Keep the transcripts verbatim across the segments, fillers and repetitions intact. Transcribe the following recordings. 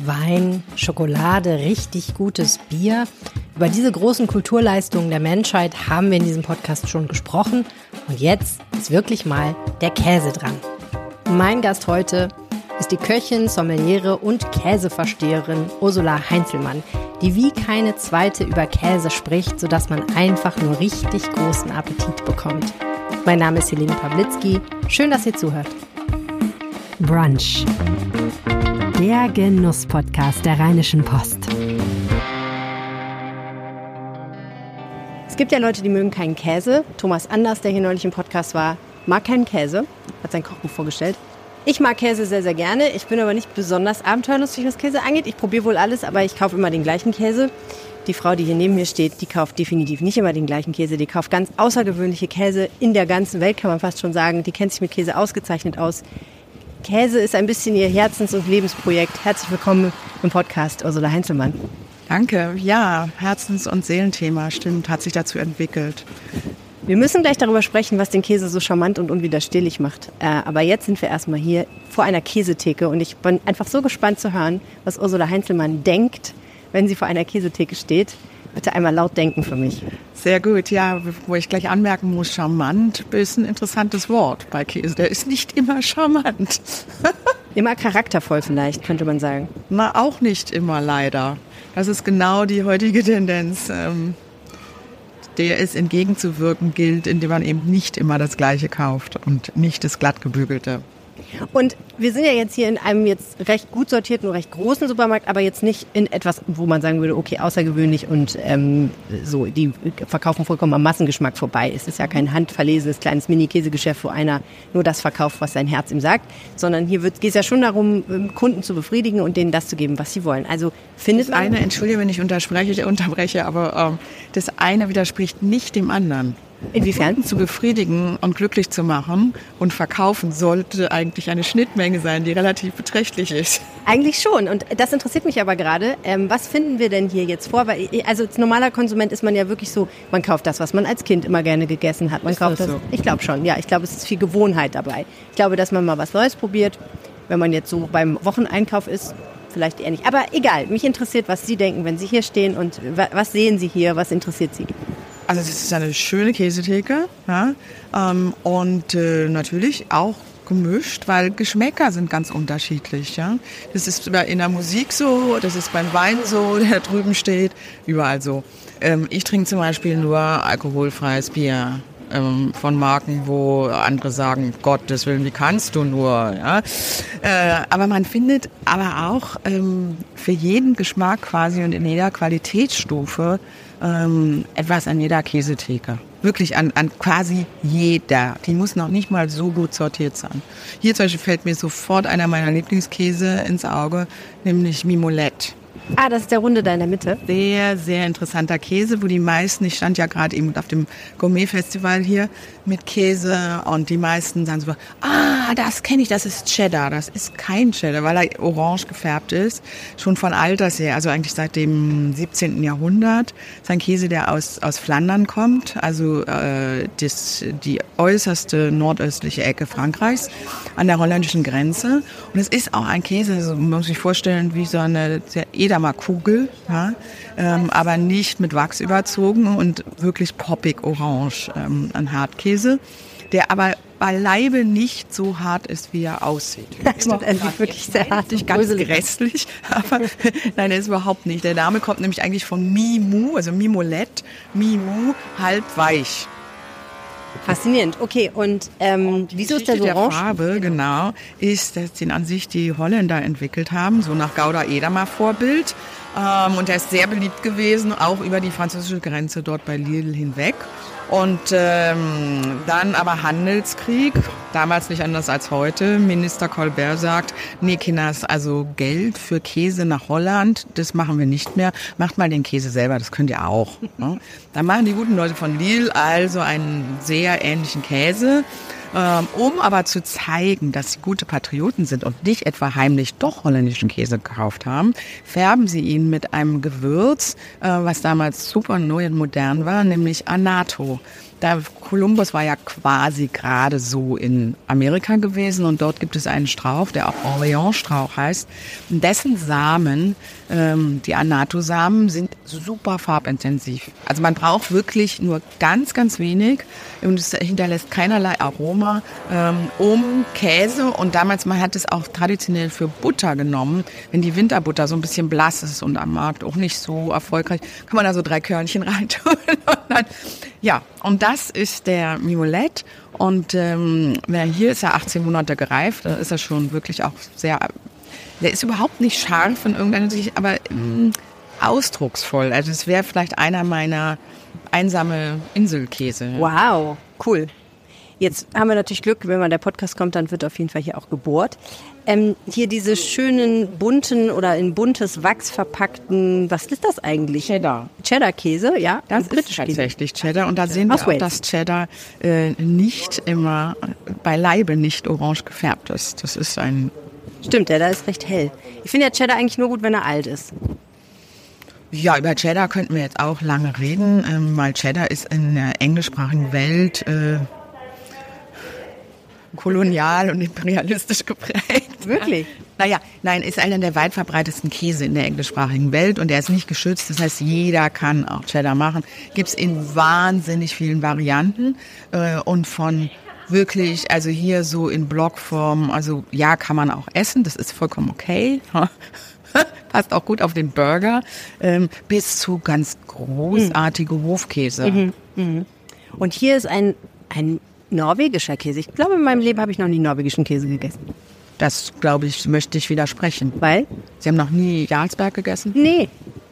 Wein, Schokolade, richtig gutes Bier. Über diese großen Kulturleistungen der Menschheit haben wir in diesem Podcast schon gesprochen. Und jetzt ist wirklich mal der Käse dran. Mein Gast heute ist die Köchin, Sommeliere und Käseversteherin Ursula Heinzelmann, die wie keine zweite über Käse spricht, sodass man einfach nur richtig großen Appetit bekommt. Mein Name ist Helene Pawlitzki. Schön, dass ihr zuhört. Brunch. Der Genuss-Podcast der Rheinischen Post. Es gibt ja Leute, die mögen keinen Käse. Thomas Anders, der hier neulich im Podcast war, mag keinen Käse, hat sein Kochbuch vorgestellt. Ich mag Käse sehr, sehr gerne. Ich bin aber nicht besonders abenteuerlustig, was Käse angeht. Ich probiere wohl alles, aber ich kaufe immer den gleichen Käse. Die Frau, die hier neben mir steht, die kauft definitiv nicht immer den gleichen Käse. Die kauft ganz außergewöhnliche Käse in der ganzen Welt, kann man fast schon sagen. Die kennt sich mit Käse ausgezeichnet aus. Käse ist ein bisschen ihr Herzens- und Lebensprojekt. Herzlich willkommen im Podcast, Ursula Heinzelmann. Danke. Ja, Herzens- und Seelenthema, stimmt, hat sich dazu entwickelt. Wir müssen gleich darüber sprechen, was den Käse so charmant und unwiderstehlich macht. Äh, aber jetzt sind wir erstmal hier vor einer Käsetheke und ich bin einfach so gespannt zu hören, was Ursula Heinzelmann denkt, wenn sie vor einer Käsetheke steht. Bitte einmal laut denken für mich. Sehr gut, ja, wo ich gleich anmerken muss, charmant ist ein interessantes Wort bei Käse. Der ist nicht immer charmant. Immer charaktervoll vielleicht, könnte man sagen. Na, auch nicht immer leider. Das ist genau die heutige Tendenz, ähm, der es entgegenzuwirken gilt, indem man eben nicht immer das Gleiche kauft und nicht das glattgebügelte. Und wir sind ja jetzt hier in einem jetzt recht gut sortierten und recht großen Supermarkt, aber jetzt nicht in etwas, wo man sagen würde, okay, außergewöhnlich und ähm, so, die verkaufen vollkommen am Massengeschmack vorbei. Es ist ja kein handverlesenes kleines Mini-Käsegeschäft, wo einer nur das verkauft, was sein Herz ihm sagt, sondern hier geht es ja schon darum, Kunden zu befriedigen und denen das zu geben, was sie wollen. Also findet man... Eine, entschuldige, wenn ich unterspreche, unterbreche, aber ähm, das eine widerspricht nicht dem anderen. Inwiefern? Zu befriedigen und glücklich zu machen und verkaufen sollte eigentlich eine Schnittmenge sein, die relativ beträchtlich ist. Eigentlich schon. Und das interessiert mich aber gerade. Ähm, was finden wir denn hier jetzt vor? Weil, also als normaler Konsument ist man ja wirklich so, man kauft das, was man als Kind immer gerne gegessen hat. Man ist kauft das das. So? Ich glaube schon. Ja, ich glaube, es ist viel Gewohnheit dabei. Ich glaube, dass man mal was Neues probiert, wenn man jetzt so beim Wocheneinkauf ist. Vielleicht eher nicht. Aber egal, mich interessiert, was Sie denken, wenn Sie hier stehen und was sehen Sie hier, was interessiert Sie? Also das ist eine schöne Käsetheke, ja, ähm, und äh, natürlich auch gemischt, weil Geschmäcker sind ganz unterschiedlich. Ja. Das ist in der Musik so, das ist beim Wein so, der da drüben steht, überall so. Ähm, ich trinke zum Beispiel nur alkoholfreies Bier ähm, von Marken, wo andere sagen, Gottes Willen, wie kannst du nur? Ja. Äh, aber man findet aber auch ähm, für jeden Geschmack quasi und in jeder Qualitätsstufe Ähm, etwas an jeder Käsetheke. Wirklich an, an quasi jeder. Die muss noch nicht mal so gut sortiert sein. Hier zum Beispiel fällt mir sofort einer meiner Lieblingskäse ins Auge, nämlich Mimolette. Ah, das ist der Runde da in der Mitte. Sehr, sehr interessanter Käse, wo die meisten, ich stand ja gerade eben auf dem Gourmet-Festival hier mit Käse und die meisten sagen so, ah, das kenne ich, das ist Cheddar. Das ist kein Cheddar, weil er orange gefärbt ist, schon von alters her, also eigentlich seit dem siebzehnten Jahrhundert. Das ist ein Käse, der aus, aus Flandern kommt, also äh, das, die äußerste nordöstliche Ecke Frankreichs an der holländischen Grenze. Und es ist auch ein Käse, also man muss sich vorstellen, wie so eine Edamer-Kugel, ja, ähm, aber nicht mit Wachs überzogen und wirklich poppig orange, ähm, ein Hartkäse, der aber beileibe nicht so hart ist, wie er aussieht. Das stimmt, er sieht wirklich sehr hart und ganz grässlich, aber nein, er ist überhaupt nicht. Der Name kommt nämlich eigentlich von Mimou, also Mimolette, Mimou, halb weich. Faszinierend. Okay, und, ähm, und wieso ist der so orange? Die Farbe, genau, ist, dass den an sich die Holländer entwickelt haben, so nach Gouda-Edamer-Vorbild. Ähm, und der ist sehr beliebt gewesen, auch über die französische Grenze dort bei Lille hinweg. Und ähm, dann aber Handelskrieg, damals nicht anders als heute. Minister Colbert sagt, nee Kinders, also Geld für Käse nach Holland, das machen wir nicht mehr. Macht mal den Käse selber, das könnt ihr auch. Ne? Dann machen die guten Leute von Lille also einen sehr ähnlichen Käse. Ähm, um aber zu zeigen, dass sie gute Patrioten sind und nicht etwa heimlich doch holländischen Käse gekauft haben, färben sie ihn mit einem Gewürz, äh, was damals super neu und modern war, nämlich Annatto. da Kolumbus war ja quasi gerade so in Amerika gewesen und dort gibt es einen Strauch, der auch Orleans-Strauch heißt. Dessen Samen, ähm, die Annatto-Samen, sind super farbintensiv. Also man braucht wirklich nur ganz, ganz wenig und es hinterlässt keinerlei Aroma, ähm, um Käse, und damals, man hat es auch traditionell für Butter genommen. Wenn die Winterbutter so ein bisschen blass ist und am Markt auch nicht so erfolgreich, kann man da so drei Körnchen reintun. Und dann, ja, und das ist der Miolet. Und ähm, hier ist er achtzehn Monate gereift. Da ist er schon wirklich auch sehr, der ist überhaupt nicht scharf in irgendeiner Sicht, aber mh, ausdrucksvoll. Also es wäre vielleicht einer meiner einsame Inselkäse. Wow, cool. Jetzt haben wir natürlich Glück, wenn man der Podcast kommt, dann wird auf jeden Fall hier auch gebohrt. Ähm, hier diese schönen bunten oder in buntes Wachs verpackten, was ist das eigentlich? Cheddar. Cheddar-Käse, ja. Das ist tatsächlich Cheddar. Und da sehen wir auch, dass Cheddar äh, nicht immer, beileibe nicht orange gefärbt ist. Das ist ein... Stimmt, der da ist recht hell. Ich finde ja Cheddar eigentlich nur gut, wenn er alt ist. Ja, über Cheddar könnten wir jetzt auch lange reden, ähm, weil Cheddar ist in der englischsprachigen Welt äh, kolonial und imperialistisch geprägt. Wirklich? Naja, nein, ist einer der weit verbreitetsten Käse in der englischsprachigen Welt und der ist nicht geschützt. Das heißt, jeder kann auch Cheddar machen. Gibt es in wahnsinnig vielen Varianten äh, und von wirklich, also hier so in Blockform, also ja, kann man auch essen, das ist vollkommen okay. Passt auch gut auf den Burger, ähm, bis zu ganz großartige mhm. Hofkäse. Mhm. Mhm. Und hier ist ein, ein norwegischer Käse. Ich glaube, in meinem Leben habe ich noch nie norwegischen Käse gegessen. Das, glaube ich, möchte ich widersprechen. Weil? Sie haben noch nie Jarlsberg gegessen? Nee.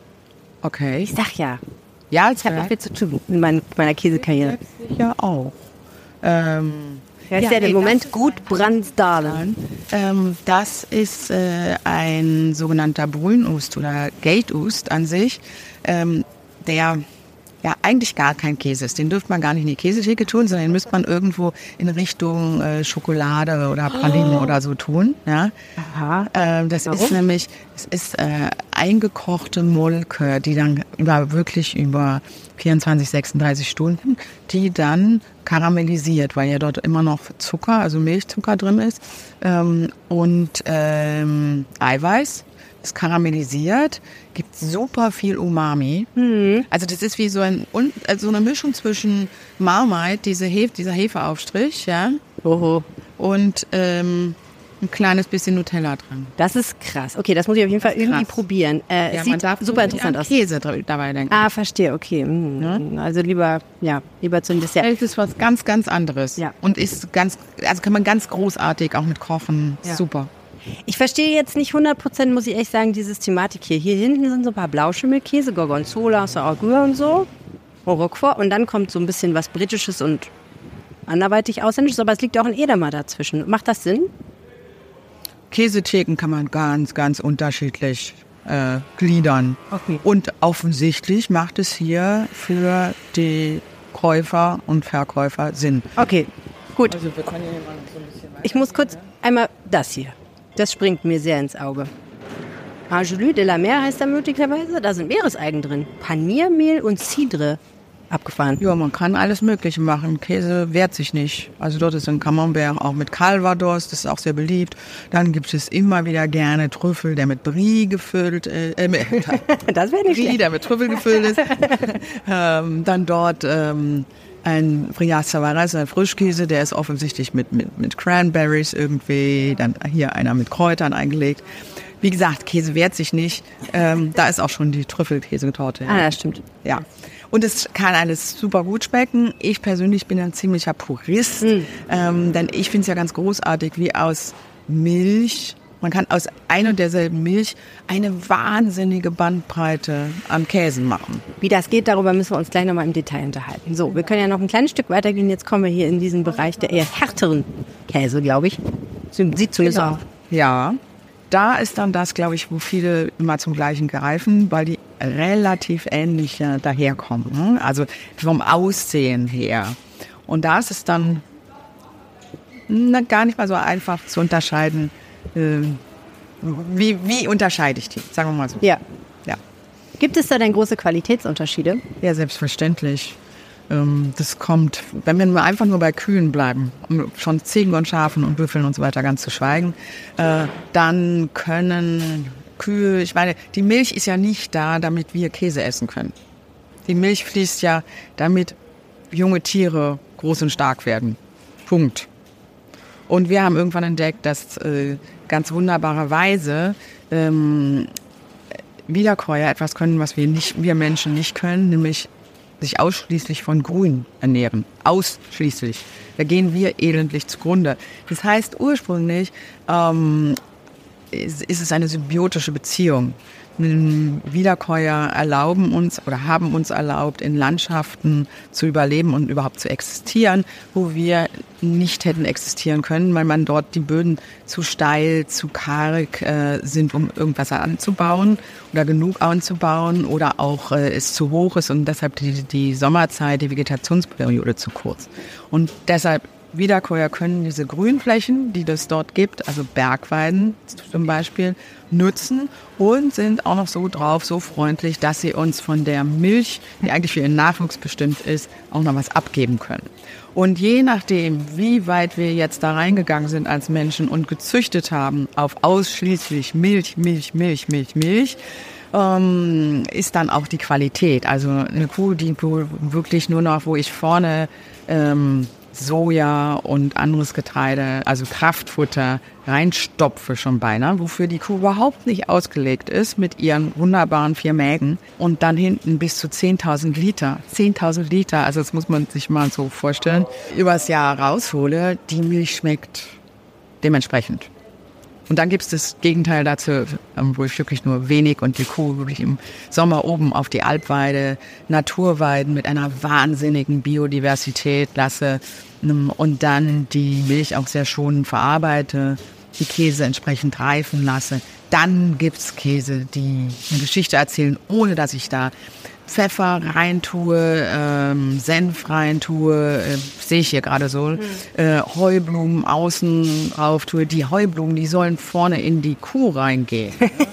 Okay. Ich sag ja. Jarlsberg? Ich habe noch viel zu tun in mein, meiner Käsekarriere. Ja, auch. Ähm... Ja, ist ja, ja im Moment gut Brandsdalen. Ähm, das ist äh, ein sogenannter Brünost oder Gateost an sich, ähm, der ja eigentlich gar kein Käse ist. Den dürfte man gar nicht in die Käsetheke tun, sondern den müsste man irgendwo in Richtung äh, Schokolade oder Praline oh. oder so tun. Ja? Aha. Ähm, das Warum? ist nämlich, es ist äh, eingekochte Molke, die dann über, wirklich über vierundzwanzig, sechsunddreißig Stunden, die dann karamellisiert, weil ja dort immer noch Zucker, also Milchzucker drin ist ähm, und ähm, Eiweiß. Ist karamellisiert, gibt super viel Umami. Mhm. Also das ist wie so ein also eine Mischung zwischen Marmite, diese Hef, dieser Hefeaufstrich, ja, Oho. und ähm, ein kleines bisschen Nutella drin. Das ist krass. Okay, das muss ich auf jeden Fall irgendwie krass. probieren. Äh, ja, sieht man darf super interessant aus. Käse dabei denken. Ah, verstehe. Okay. Mhm. Ja? Also lieber, ja, lieber zum Dessert. Das ist was ganz, ganz anderes. Ja. Und ist ganz, also kann man ganz großartig auch mit kochen. Ja. Super. Ich verstehe jetzt nicht hundert Prozent, muss ich ehrlich sagen, diese Thematik hier. Hier hinten sind so ein paar Blauschimmelkäse, Gorgonzola, Sauergur und so, Roquefort. Und dann kommt so ein bisschen was Britisches und anderweitig Ausländisches. Aber es liegt auch ein Edamer dazwischen. Macht das Sinn? Käsetheken kann man ganz, ganz unterschiedlich äh, gliedern. Okay. Und offensichtlich macht es hier für die Käufer und Verkäufer Sinn. Okay, gut. Also wir können hier mal so ein bisschen weiter. Ich muss kurz einmal das hier. Das springt mir sehr ins Auge. Angelus de la Mer heißt da möglicherweise. Da sind Meereseigen drin. Paniermehl und Cidre. Abgefahren. Ja, man kann alles Mögliche machen. Käse wehrt sich nicht. Also dort ist ein Camembert auch mit Calvados, das ist auch sehr beliebt. Dann gibt es immer wieder gerne Trüffel, der mit Brie gefüllt ist. Äh, das wäre nicht Brie, schlecht. der mit Trüffel gefüllt ist. ähm, dann dort ähm, ein Frias Savares, ein Frischkäse, der ist offensichtlich mit, mit, mit Cranberries irgendwie. Dann hier einer mit Kräutern eingelegt. Wie gesagt, Käse wehrt sich nicht. Ähm, da ist auch schon die Trüffelkäsetorte. Ah, das stimmt. Ja. Und es kann alles super gut schmecken. Ich persönlich bin ein ziemlicher Purist, mhm. ähm, denn ich finde es ja ganz großartig, wie aus Milch, man kann aus ein und derselben Milch eine wahnsinnige Bandbreite an Käsen machen. Wie das geht, darüber müssen wir uns gleich nochmal im Detail unterhalten. So, wir können ja noch ein kleines Stück weitergehen. Jetzt kommen wir hier in diesen Bereich der eher härteren Käse, glaube ich. Sieht zumindest genau. aus. Ja, da ist dann das, glaube ich, wo viele immer zum Gleichen greifen, weil die relativ ähnlich äh, daherkommen. Also vom Aussehen her. Und da ist es dann na, gar nicht mal so einfach zu unterscheiden, äh, wie, wie unterscheide ich die, sagen wir mal so. Ja. Ja. Gibt es da denn große Qualitätsunterschiede? Ja, selbstverständlich. Ähm, das kommt, wenn wir nur einfach nur bei Kühen bleiben, um schon Ziegen und Schafen und Büffeln und so weiter ganz zu schweigen, äh, dann können Kühe, ich meine, die Milch ist ja nicht da, damit wir Käse essen können. Die Milch fließt ja, damit junge Tiere groß und stark werden. Punkt. Und wir haben irgendwann entdeckt, dass äh, ganz wunderbarerweise ähm, Wiederkäuer etwas können, was wir nicht, wir Menschen nicht können, nämlich sich ausschließlich von Grün ernähren. Ausschließlich. Da gehen wir elendlich zugrunde. Das heißt, ursprünglich ähm, ist, ist es eine symbiotische Beziehung. Wiederkäuer erlauben uns oder haben uns erlaubt, in Landschaften zu überleben und überhaupt zu existieren, wo wir nicht hätten existieren können, weil man dort die Böden zu steil, zu karg äh, sind, um irgendwas anzubauen oder genug anzubauen oder auch äh, es zu hoch ist und deshalb die, die Sommerzeit, die Vegetationsperiode zu kurz. Und deshalb Wiederkäuer können diese Grünflächen, die es dort gibt, also Bergweiden zum Beispiel, nutzen und sind auch noch so drauf, so freundlich, dass sie uns von der Milch, die eigentlich für ihren Nachwuchs bestimmt ist, auch noch was abgeben können. Und je nachdem, wie weit wir jetzt da reingegangen sind als Menschen und gezüchtet haben auf ausschließlich Milch, Milch, Milch, Milch, Milch, ähm, ist dann auch die Qualität. Also eine Kuh, die wirklich nur noch, wo ich vorne ähm, Soja und anderes Getreide, also Kraftfutter, reinstopfe schon beinahe, wofür die Kuh überhaupt nicht ausgelegt ist mit ihren wunderbaren vier Mägen und dann hinten bis zu zehntausend Liter, zehntausend Liter, also das muss man sich mal so vorstellen, übers Jahr raushole, die Milch schmeckt dementsprechend. Und dann gibt es das Gegenteil dazu, wo ich wirklich nur wenig und die Kuh wirklich im Sommer oben auf die Alpweide, Naturweiden mit einer wahnsinnigen Biodiversität lasse und dann die Milch auch sehr schonend verarbeite, die Käse entsprechend reifen lasse. Dann gibt's Käse, die eine Geschichte erzählen, ohne dass ich da Pfeffer reintue, ähm, Senf reintue, äh, sehe ich hier gerade so, mhm. äh, Heublumen außen drauf tue. Die Heublumen, die sollen vorne in die Kuh reingehen.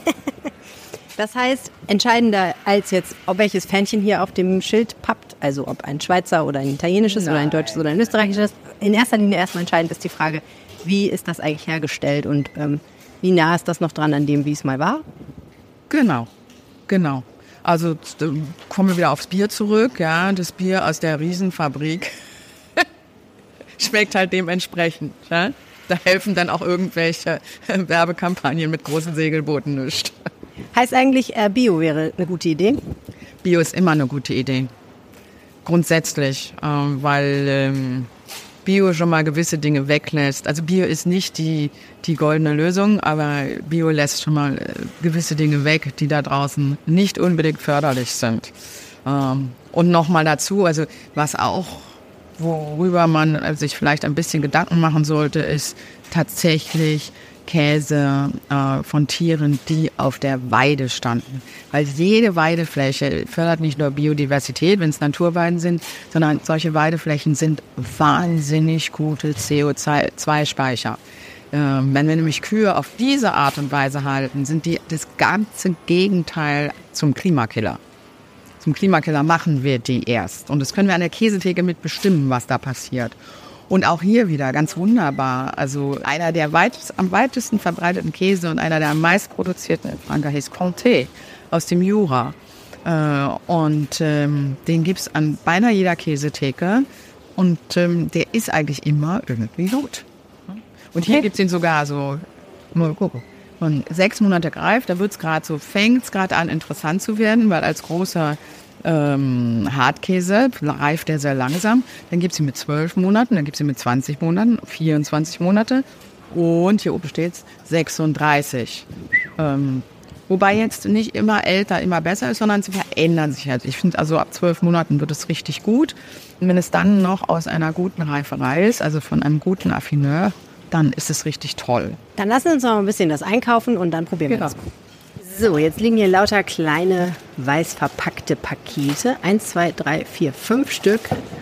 Das heißt, entscheidender als jetzt, ob welches Fähnchen hier auf dem Schild pappt, also ob ein Schweizer oder ein italienisches Nein. oder ein deutsches oder ein österreichisches, in erster Linie erstmal entscheidend ist die Frage, wie ist das eigentlich hergestellt und ähm, wie nah ist das noch dran an dem, wie es mal war? Genau, genau. Also kommen wir wieder aufs Bier zurück. Ja, das Bier aus der Riesenfabrik schmeckt halt dementsprechend. Ja? Da helfen dann auch irgendwelche Werbekampagnen mit großen Segelbooten nicht. Heißt eigentlich, äh, Bio wäre eine gute Idee? Bio ist immer eine gute Idee. Grundsätzlich, äh, weil ähm, Bio schon mal gewisse Dinge weglässt. Also Bio ist nicht die, die goldene Lösung, aber Bio lässt schon mal äh, gewisse Dinge weg, die da draußen nicht unbedingt förderlich sind. Ähm, und nochmal dazu, also was auch, worüber man sich vielleicht ein bisschen Gedanken machen sollte, ist tatsächlich Käse äh, von Tieren, die auf der Weide standen. Weil jede Weidefläche fördert nicht nur Biodiversität, wenn es Naturweiden sind, sondern solche Weideflächen sind wahnsinnig gute C O zwei Speicher. Äh, wenn wir nämlich Kühe auf diese Art und Weise halten, sind die das ganze Gegenteil zum Klimakiller. Zum Klimakiller machen wir die erst. Und das können wir an der Käsetheke mitbestimmen, was da passiert. Und auch hier wieder ganz wunderbar. Also einer der weit, am weitesten verbreiteten Käse und einer der am meisten produzierten in Frankreich ist Comté aus dem Jura. Äh, und ähm, den gibt es an beinahe jeder Käsetheke. Und ähm, der ist eigentlich immer irgendwie gut. Und hier gibt es ihn sogar so, mal gucken, von sechs Monate greift. Da wird's gerade so, fängt es gerade an, interessant zu werden, weil als großer Ähm, Hartkäse reift der sehr langsam. Dann gibt es ihn mit zwölf Monaten, dann gibt es ihn mit zwanzig Monaten, vierundzwanzig Monate und hier oben steht es sechsunddreißig. Ähm, wobei jetzt nicht immer älter, immer besser ist, sondern sie verändern sich halt. Ich finde also ab zwölf Monaten wird es richtig gut. Und wenn es dann noch aus einer guten Reiferei ist, also von einem guten Affineur, dann ist es richtig toll. Dann lassen wir uns noch ein bisschen das einkaufen und dann probieren wir genau. das. So, jetzt liegen hier lauter kleine, weiß verpackte Pakete. Eins, zwei, drei, vier, fünf Stück.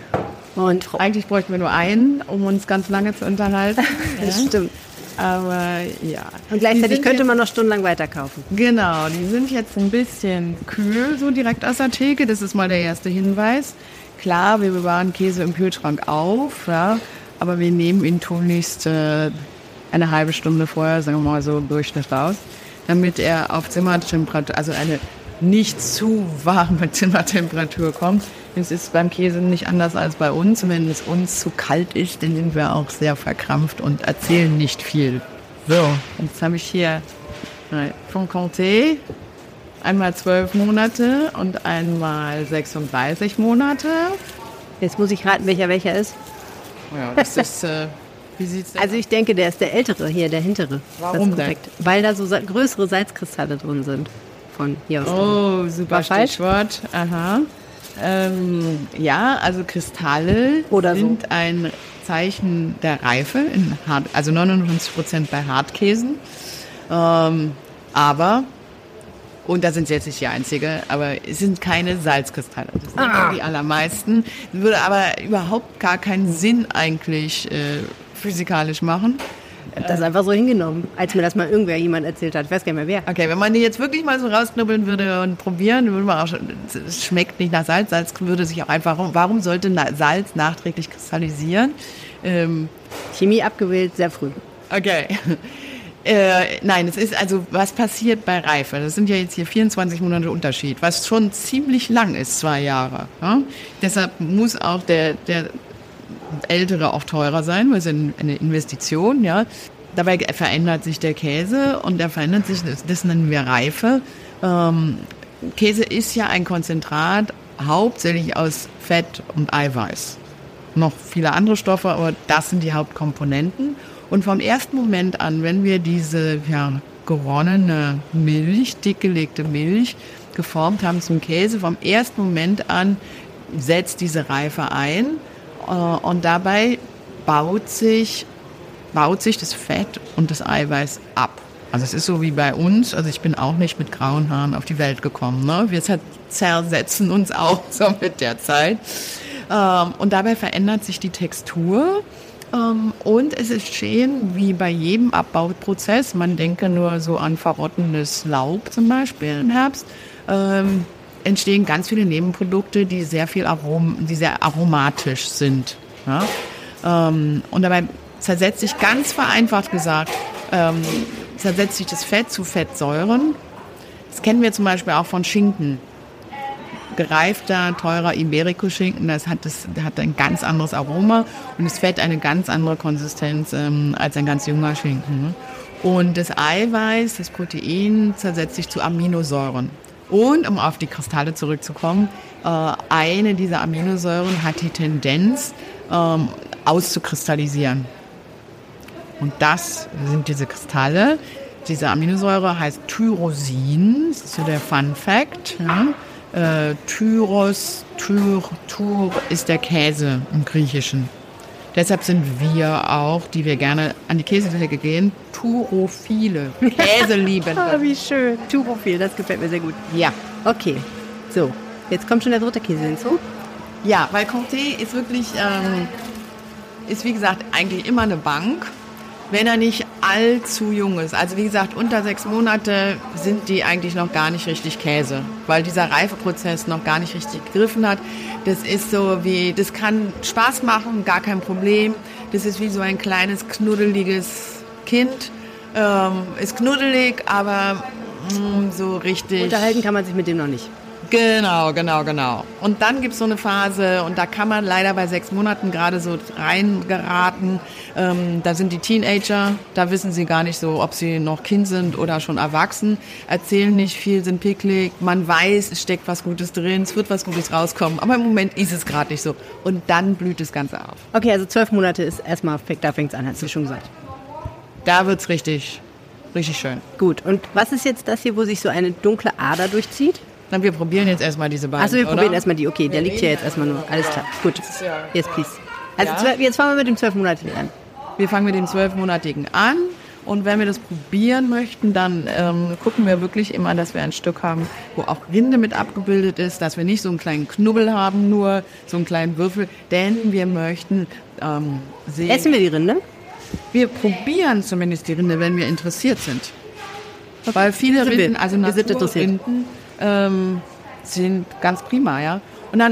Und eigentlich bräuchten wir nur einen, um uns ganz lange zu unterhalten. Das stimmt. Aber ja. Und gleichzeitig könnte man noch stundenlang weiterkaufen. Genau, die sind jetzt ein bisschen kühl, so direkt aus der Theke. Das ist mal der erste Hinweis. klar, wir bewahren Käse im Kühlschrank auf, ja, aber wir nehmen ihn tunlichst äh, eine halbe Stunde vorher, sagen wir mal so im Durchschnitt raus, damit er auf Zimmertemperatur, also eine nicht zu warme Zimmertemperatur kommt. Es ist beim Käse nicht anders als bei uns. Wenn es uns zu kalt ist, dann sind wir auch sehr verkrampft und erzählen nicht viel. So, jetzt habe ich hier von Comté einmal zwölf Monate und einmal sechsunddreißig Monate. Jetzt muss ich raten, welcher welcher ist. Ja, das ist, äh, wie sieht's denn Also ich denke, der ist der ältere hier, der hintere. Warum das ist denn? Weil da so sa- größere Salzkristalle drin sind. Von hier aus. Oh, super War falsch? Stichwort. Aha. Ähm, ja, also Kristalle Oder so. sind ein Zeichen der Reife, in Hart, also neunundneunzig Prozent bei Hartkäsen. Ähm, aber, und da sind sie jetzt nicht die Einzige, aber es sind keine Salzkristalle. Das sind Ah. die allermeisten. Würde aber überhaupt gar keinen Sinn eigentlich äh, physikalisch machen. Ich hab das einfach so hingenommen, als mir das mal irgendwer jemand erzählt hat. Ich weiß gar nicht mehr wer. Okay, wenn man die jetzt wirklich mal so rausknubbeln würde und probieren, würde man auch schon, es schmeckt nicht nach Salz. Salz würde sich auch einfach, warum sollte na- Salz nachträglich kristallisieren? Ähm, Chemie abgewählt, sehr früh. okay. Äh, nein, es ist also, was passiert bei Reife? Das sind ja jetzt hier vierundzwanzig Monate Unterschied, was schon ziemlich lang ist, zwei Jahre. Ja? Deshalb muss auch der, der Ältere auch teurer sein, weil es eine Investition, ja. Dabei verändert sich der Käse und der verändert sich, das nennen wir Reife. Ähm, Käse ist ja ein Konzentrat, hauptsächlich aus Fett und Eiweiß. Noch viele andere Stoffe, aber das sind die Hauptkomponenten. Und vom ersten Moment an, wenn wir diese ja, geronnene Milch, dickgelegte Milch, geformt haben zum Käse, vom ersten Moment an setzt diese Reife ein. Und dabei baut sich, baut sich das Fett und das Eiweiß ab. Also es ist so wie bei uns, also ich bin auch nicht mit grauen Haaren auf die Welt gekommen. Ne? Wir zersetzen uns auch so mit der Zeit. Und dabei verändert sich die Textur. Und es entstehen, wie bei jedem Abbauprozess, man denke nur so an verrottendes Laub zum Beispiel im Herbst, entstehen ganz viele Nebenprodukte, die sehr viel Arom, die sehr aromatisch sind. Ja? Ähm, und dabei zersetzt sich, ganz vereinfacht gesagt, ähm, zersetzt sich das Fett zu Fettsäuren. Das kennen wir zum Beispiel auch von Schinken. Gereifter, teurer Iberico-Schinken, das hat, das hat ein ganz anderes Aroma und das Fett eine ganz andere Konsistenz ähm, als ein ganz junger Schinken. Ne? Und das Eiweiß, das Protein, zersetzt sich zu Aminosäuren. Und, um auf die Kristalle zurückzukommen, äh, eine dieser Aminosäuren hat die Tendenz, ähm, auszukristallisieren. Und das sind diese Kristalle. Diese Aminosäure heißt Tyrosin, das ist so der Fun Fact. Ja? Äh, Tyros, Tyr, Tyr ist der Käse im Griechischen. Deshalb sind wir auch, die wir gerne an die Käsetheke gehen, Turophile, Käseliebende. Ah, wie schön. Turophil, das gefällt mir sehr gut. Ja. Okay, so. Jetzt kommt schon der dritte Käse hinzu. Ja, weil Comté ist wirklich, ähm, ist wie gesagt eigentlich immer eine Bank, wenn er nicht allzu jung ist. Also wie gesagt, unter sechs Monate sind die eigentlich noch gar nicht richtig Käse, weil dieser Reifeprozess noch gar nicht richtig gegriffen hat. Das ist so wie, das kann Spaß machen, gar kein Problem. Das ist wie so ein kleines, knuddeliges Kind. Ähm, ist knuddelig, aber mh, so richtig... Unterhalten kann man sich mit dem noch nicht. Genau, genau, genau. Und dann gibt es so eine Phase, und da kann man leider bei sechs Monaten gerade so reingeraten. Ähm, da sind die Teenager, da wissen sie gar nicht so, ob sie noch Kind sind oder schon erwachsen, erzählen nicht viel, sind picklig. Man weiß, es steckt was Gutes drin, es wird was Gutes rauskommen, aber im Moment ist es gerade nicht so. Und dann blüht das Ganze auf. Okay, also zwölf Monate ist erstmal, da fängt es an, hast du schon gesagt. Da wird es richtig, richtig schön. Gut, und was ist jetzt das hier, wo sich so eine dunkle Ader durchzieht? Na, wir probieren jetzt erstmal diese beiden, Achso, wir oder? probieren erstmal die. Okay, der liegt hier jetzt erstmal nur. Alles klar. Gut. Yes, please. Also zwölf, jetzt fangen wir mit dem zwölfmonatigen an. Wir fangen mit dem zwölfmonatigen an. Und wenn wir das probieren möchten, dann ähm, gucken wir wirklich immer, dass wir ein Stück haben, wo auch Rinde mit abgebildet ist, dass wir nicht so einen kleinen Knubbel haben, nur so einen kleinen Würfel. Denn wir möchten ähm, sehen... Essen wir die Rinde? Wir probieren zumindest die Rinde, wenn wir interessiert sind. Okay. Weil viele Rinden, also Naturrinden, ähm, sind ganz prima, ja. Und dann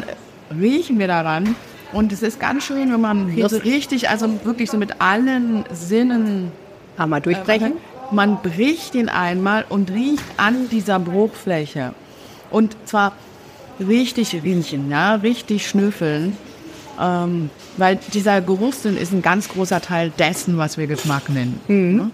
riechen wir daran. Und es ist ganz schön, wenn man Käse richtig, also wirklich so mit allen Sinnen einmal durchbrechen. Äh, man bricht den einmal und riecht an dieser Bruchfläche. Und zwar richtig riechen, ja, richtig schnüffeln. Ähm, weil dieser Geruchssinn ist ein ganz großer Teil dessen, was wir Geschmack nennen. Mhm. Ja?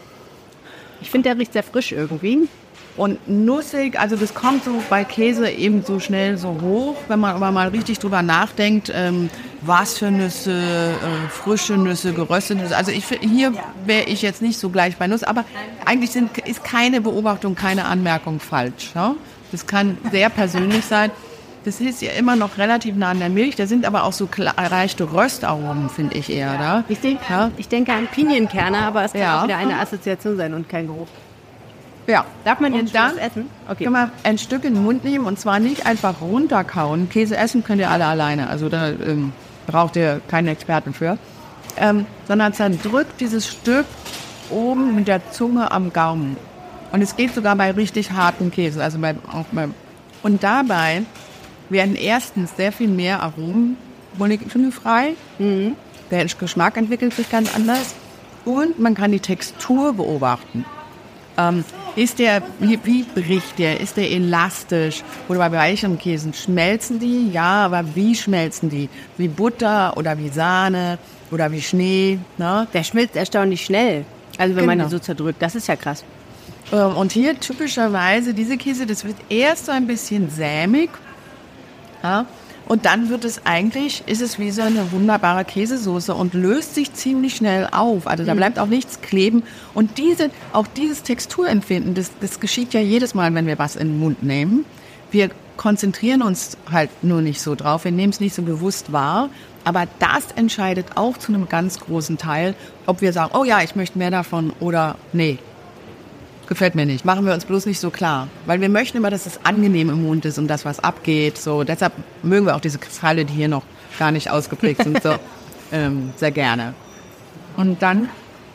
Ich finde, der riecht sehr frisch irgendwie. Und nussig, also das kommt so bei Käse eben so schnell so hoch, wenn man aber mal richtig drüber nachdenkt, ähm, was für Nüsse, äh, frische Nüsse, geröstete Nüsse. Also ich, hier wäre ich jetzt nicht so gleich bei Nuss, aber eigentlich sind, ist keine Beobachtung, keine Anmerkung falsch. Ja? Das kann sehr persönlich sein. Das ist ja immer noch relativ nah an der Milch. Da sind aber auch so leichte Röstaromen, finde ich eher. Da. Ich, denk, ja? ich denke an Pinienkerne, aber es kann ja. auch wieder eine Assoziation sein und kein Geruch. Ja. Darf man jetzt dann essen? Okay. Kann man ein Stück in den Mund nehmen und zwar nicht einfach runterkauen. Käse essen könnt ihr alle alleine, also da ähm, braucht ihr keinen Experten für. Ähm, sondern zerdrückt dieses Stück oben mit der Zunge am Gaumen. Und es geht sogar bei richtig harten Käse. Also bei, auch bei, und dabei werden erstens sehr viel mehr Aromen molekülfrei. Mhm. Der Geschmack entwickelt sich ganz anders. Und man kann die Textur beobachten. Ähm, ist der, wie, wie bricht der? Ist der elastisch? Oder bei weichen Käsen schmelzen die? Ja, aber wie schmelzen die? Wie Butter oder wie Sahne oder wie Schnee? Ne? Der schmilzt erstaunlich schnell. Also wenn genau. man den so zerdrückt, das ist ja krass. Ähm, und hier typischerweise diese Käse, das wird erst so ein bisschen sämig. Ja? Und dann wird es eigentlich, ist es wie so eine wunderbare Käsesoße und löst sich ziemlich schnell auf. Also da bleibt auch nichts kleben. Und diese, auch dieses Texturempfinden, das, das geschieht ja jedes Mal, wenn wir was in den Mund nehmen. Wir konzentrieren uns halt nur nicht so drauf, wir nehmen es nicht so bewusst wahr. Aber das entscheidet auch zu einem ganz großen Teil, ob wir sagen, oh ja, ich möchte mehr davon oder nee. Gefällt mir nicht. Machen wir uns bloß nicht so klar. Weil wir möchten immer, dass es angenehm im Mund ist und das, was abgeht. So, deshalb mögen wir auch diese Kristalle, die hier noch gar nicht ausgeprägt sind, so ähm, sehr gerne. Und dann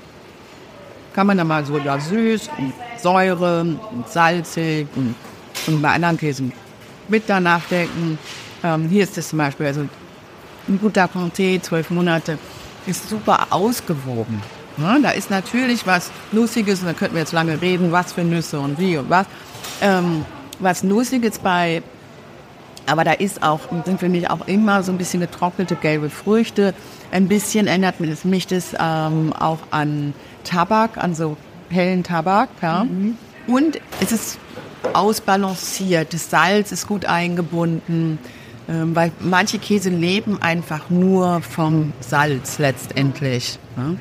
kann man dann mal so ja, süß und Säure und salzig und, und bei anderen Käsen bitter nachdenken. Ähm, hier ist das zum Beispiel, also ein guter Comté, zwölf Monate, ist super ausgewogen. Ja, da ist natürlich was Nussiges, und da könnten wir jetzt lange reden, was für Nüsse und wie und was. Ähm, was Nussiges bei, aber da ist auch, sind für mich auch immer so ein bisschen getrocknete gelbe Früchte. Ein bisschen erinnert mich das ähm, auch an Tabak, an so hellen Tabak. Ja. Mhm. Und es ist ausbalanciert, das Salz ist gut eingebunden, ähm, weil manche Käse leben einfach nur vom Salz letztendlich. Ja.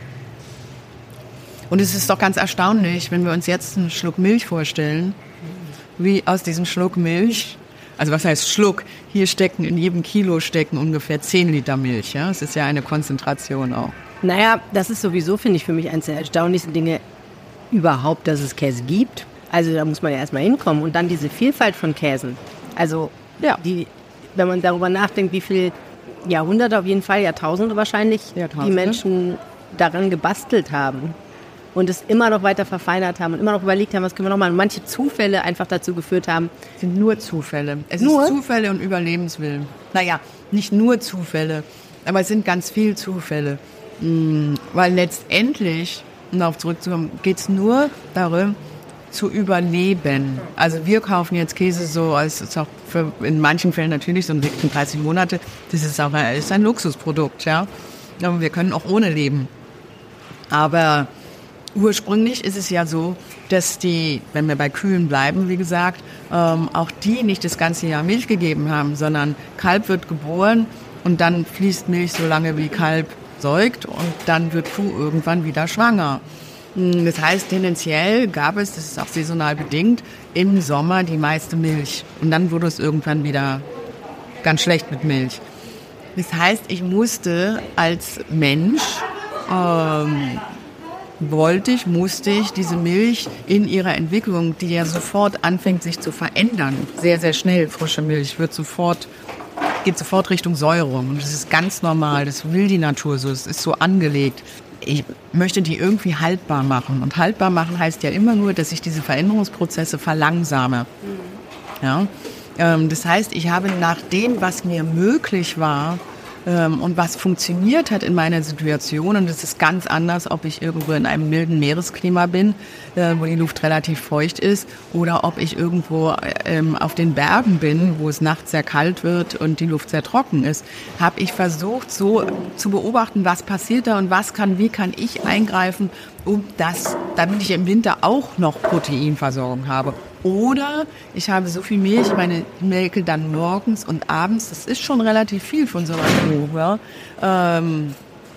Und es ist doch ganz erstaunlich, wenn wir uns jetzt einen Schluck Milch vorstellen, wie aus diesem Schluck Milch, also was heißt Schluck, hier stecken, in jedem Kilo stecken ungefähr zehn Liter Milch. Ja? Das ist ja eine Konzentration auch. Naja, das ist sowieso, finde ich, für mich eines der erstaunlichsten Dinge überhaupt, dass es Käse gibt. Also da muss man ja erstmal hinkommen. Und dann diese Vielfalt von Käsen. Also, ja. die, wenn man darüber nachdenkt, wie viele Jahrhunderte, auf jeden Fall Jahrtausende wahrscheinlich, Jahrtausende. die Menschen daran gebastelt haben. Und es immer noch weiter verfeinert haben und immer noch überlegt haben, was können wir noch machen. Und manche Zufälle einfach dazu geführt haben. Es sind nur Zufälle. Es nur? ist Zufälle und Überlebenswillen. Naja, nicht nur Zufälle, aber es sind ganz viele Zufälle. Mhm. Weil letztendlich, um darauf zurückzukommen, geht es nur darum, zu überleben. Also wir kaufen jetzt Käse so, als ist auch für in manchen Fällen natürlich so dreißig Monate. Das ist auch ein, ist ein Luxusprodukt, ja. Aber wir können auch ohne leben. Aber ursprünglich ist es ja so, dass die, wenn wir bei Kühen bleiben, wie gesagt, ähm, auch die nicht das ganze Jahr Milch gegeben haben, sondern Kalb wird geboren und dann fließt Milch so lange, wie Kalb säugt und dann wird Kuh irgendwann wieder schwanger. Das heißt, tendenziell gab es, das ist auch saisonal bedingt, im Sommer die meiste Milch. Und dann wurde es irgendwann wieder ganz schlecht mit Milch. Das heißt, ich musste als Mensch ähm, wollte ich, musste ich diese Milch in ihrer Entwicklung, die ja sofort anfängt, sich zu verändern, sehr, sehr schnell, frische Milch, wird sofort, geht sofort Richtung Säuerung. Und das ist ganz normal, das will die Natur so, es ist so angelegt. Ich möchte die irgendwie haltbar machen. Und haltbar machen heißt ja immer nur, dass ich diese Veränderungsprozesse verlangsame. Ja? Ähm, das heißt, ich habe nach dem, was mir möglich war, und was funktioniert hat in meiner Situation, und das ist ganz anders, ob ich irgendwo in einem milden Meeresklima bin, wo die Luft relativ feucht ist, oder ob ich irgendwo ähm, auf den Bergen bin, wo es nachts sehr kalt wird und die Luft sehr trocken ist, habe ich versucht, so zu beobachten, was passiert da und was kann, wie kann ich eingreifen, um das, damit ich im Winter auch noch Proteinversorgung habe. Oder ich habe so viel Milch, meine melke dann morgens und abends, das ist schon relativ viel von so einer Kuh, ja, ähm,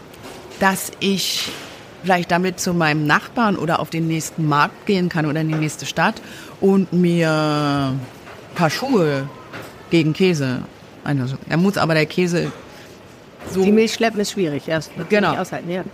dass ich vielleicht damit zu meinem Nachbarn oder auf den nächsten Markt gehen kann oder in die nächste Stadt und mir ein paar Schuhe gegen Käse einlösen. Er muss aber der Käse so... Die Milch schleppen ist schwierig, erst genau. Nicht aushalten, ja.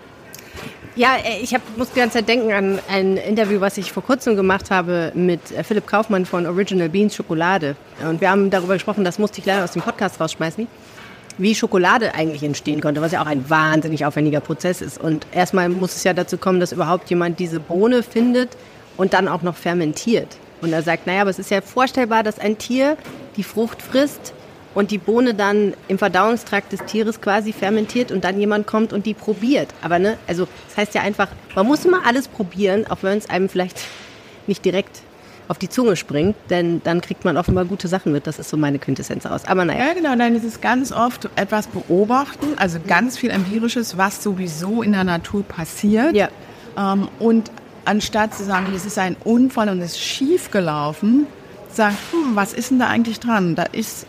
Ja, ich hab, muss die ganze Zeit denken an ein Interview, was ich vor kurzem gemacht habe mit Philipp Kaufmann von Original Beans Schokolade. Und wir haben darüber gesprochen, das musste ich leider aus dem Podcast rausschmeißen, wie Schokolade eigentlich entstehen konnte, was ja auch ein wahnsinnig aufwendiger Prozess ist. Und erstmal muss es ja dazu kommen, dass überhaupt jemand diese Bohne findet und dann auch noch fermentiert. Und er sagt, naja, aber es ist ja vorstellbar, dass ein Tier die Frucht frisst und die Bohne dann im Verdauungstrakt des Tieres quasi fermentiert und dann jemand kommt und die probiert. Aber ne, also das heißt ja einfach, man muss immer alles probieren, auch wenn es einem vielleicht nicht direkt auf die Zunge springt, denn dann kriegt man offenbar gute Sachen mit. Das ist so meine Quintessenz aus. Aber naja. Ja, genau, nein, es ist ganz oft etwas beobachten, also ganz viel Empirisches, was sowieso in der Natur passiert. Ja. Ähm, und anstatt zu sagen, es ist ein Unfall und es ist schief gelaufen, sagen, hm, was ist denn da eigentlich dran? Da ist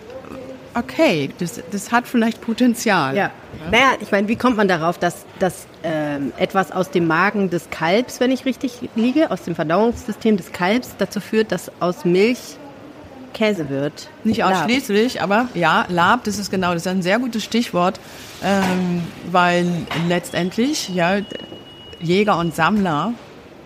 okay, das, das hat vielleicht Potenzial. Ja. Naja, ich meine, wie kommt man darauf, dass, dass ähm, etwas aus dem Magen des Kalbs, wenn ich richtig liege, aus dem Verdauungssystem des Kalbs dazu führt, dass aus Milch Käse wird? Nicht ausschließlich, Lab. aber ja, Lab, das ist genau, das ist ein sehr gutes Stichwort, ähm, weil letztendlich ja, Jäger und Sammler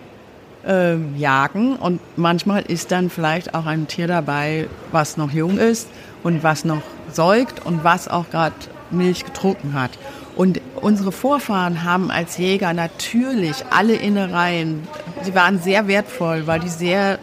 äh, jagen und manchmal ist dann vielleicht auch ein Tier dabei, was noch jung ist und was noch säugt und was auch gerade Milch getrunken hat. Und unsere Vorfahren haben als Jäger natürlich alle Innereien, sie waren sehr wertvoll, weil die sehr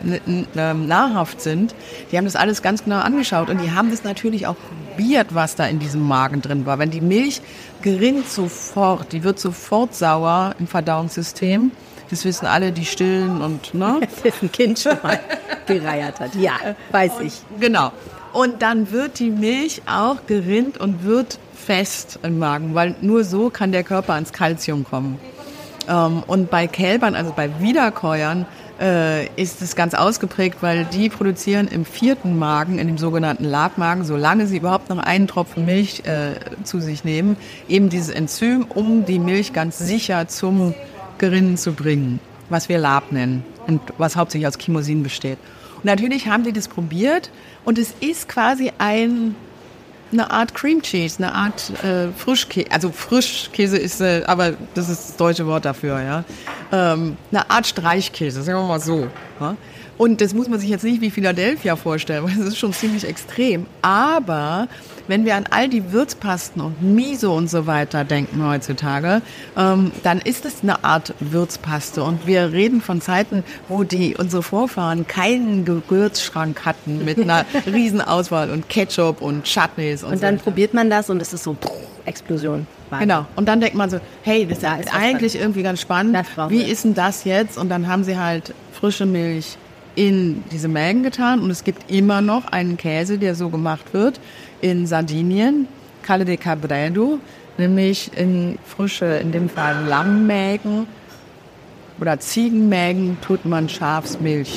nahrhaft sind. Die haben das alles ganz genau angeschaut und die haben das natürlich auch probiert, was da in diesem Magen drin war. Wenn die Milch gerinnt sofort, die wird sofort sauer im Verdauungssystem. Das wissen alle, die stillen und, ne? Das ein Kind schon mal gereiert hat. Ja, weiß und, ich. Genau. Und dann wird die Milch auch gerinnt und wird fest im Magen, weil nur so kann der Körper ans Kalzium kommen. Ähm, und bei Kälbern, also bei Wiederkäuern, äh, ist es ganz ausgeprägt, weil die produzieren im vierten Magen, in dem sogenannten Labmagen, solange sie überhaupt noch einen Tropfen Milch äh, zu sich nehmen, eben dieses Enzym, um die Milch ganz sicher zum Gerinnen zu bringen, was wir Lab nennen und was hauptsächlich aus Chymosin besteht. Und natürlich haben die das probiert und es ist quasi ein, eine Art Cream Cheese, eine Art äh, Frischkäse, also Frischkäse ist, äh, aber das ist das deutsche Wort dafür, ja. Ähm, eine Art Streichkäse, sagen wir mal so. Ja? Und das muss man sich jetzt nicht wie Philadelphia vorstellen, weil das ist schon ziemlich extrem. Aber wenn wir an all die Würzpasten und Miso und so weiter denken heutzutage, ähm, dann ist es eine Art Würzpaste. Und wir reden von Zeiten, wo die unsere Vorfahren keinen Gewürzschrank hatten mit einer riesen Auswahl und Ketchup und Chutneys. Und, und so dann weiter. Probiert man das und es ist so pff, Explosion. Wahnsinn. Genau. Und dann denkt man so, hey, das Da ist, ist eigentlich irgendwie ganz spannend. Wie wir. ist denn das jetzt? Und dann haben sie halt frische Milch in diese Mägen getan und es gibt immer noch einen Käse, der so gemacht wird in Sardinien, Calle de Cabredo, nämlich in frische, in dem Fall Lammmägen oder Ziegenmägen tut man Schafsmilch.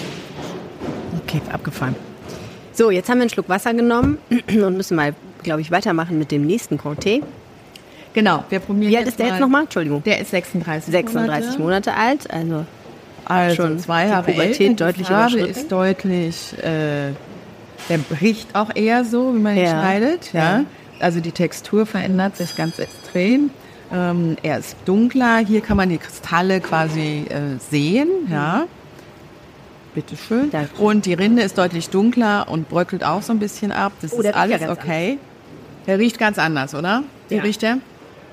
Okay, abgefahren. So, jetzt haben wir einen Schluck Wasser genommen und müssen mal, glaube ich, weitermachen mit dem nächsten Comté. Genau, wir probieren. Wie alt ist der jetzt nochmal? Entschuldigung. Der ist sechsunddreißig, sechsunddreißig Monate, Monate alt, also Also schon zwei Jahre Pubertät deutlich Die Farbe überschritten. ist deutlich, äh, der bricht auch eher so, wie man ihn Ja. schneidet. Ja. Ja. Also die Textur verändert sich ganz extrem. Ähm, er ist dunkler. Hier kann man die Kristalle quasi äh, sehen. Ja. Bitteschön. Danke. Und die Rinde ist deutlich dunkler und bröckelt auch so ein bisschen ab. Das Oh, der ist riecht ja alles ganz okay. Der riecht ganz anders, oder? Wie Ja. riecht der?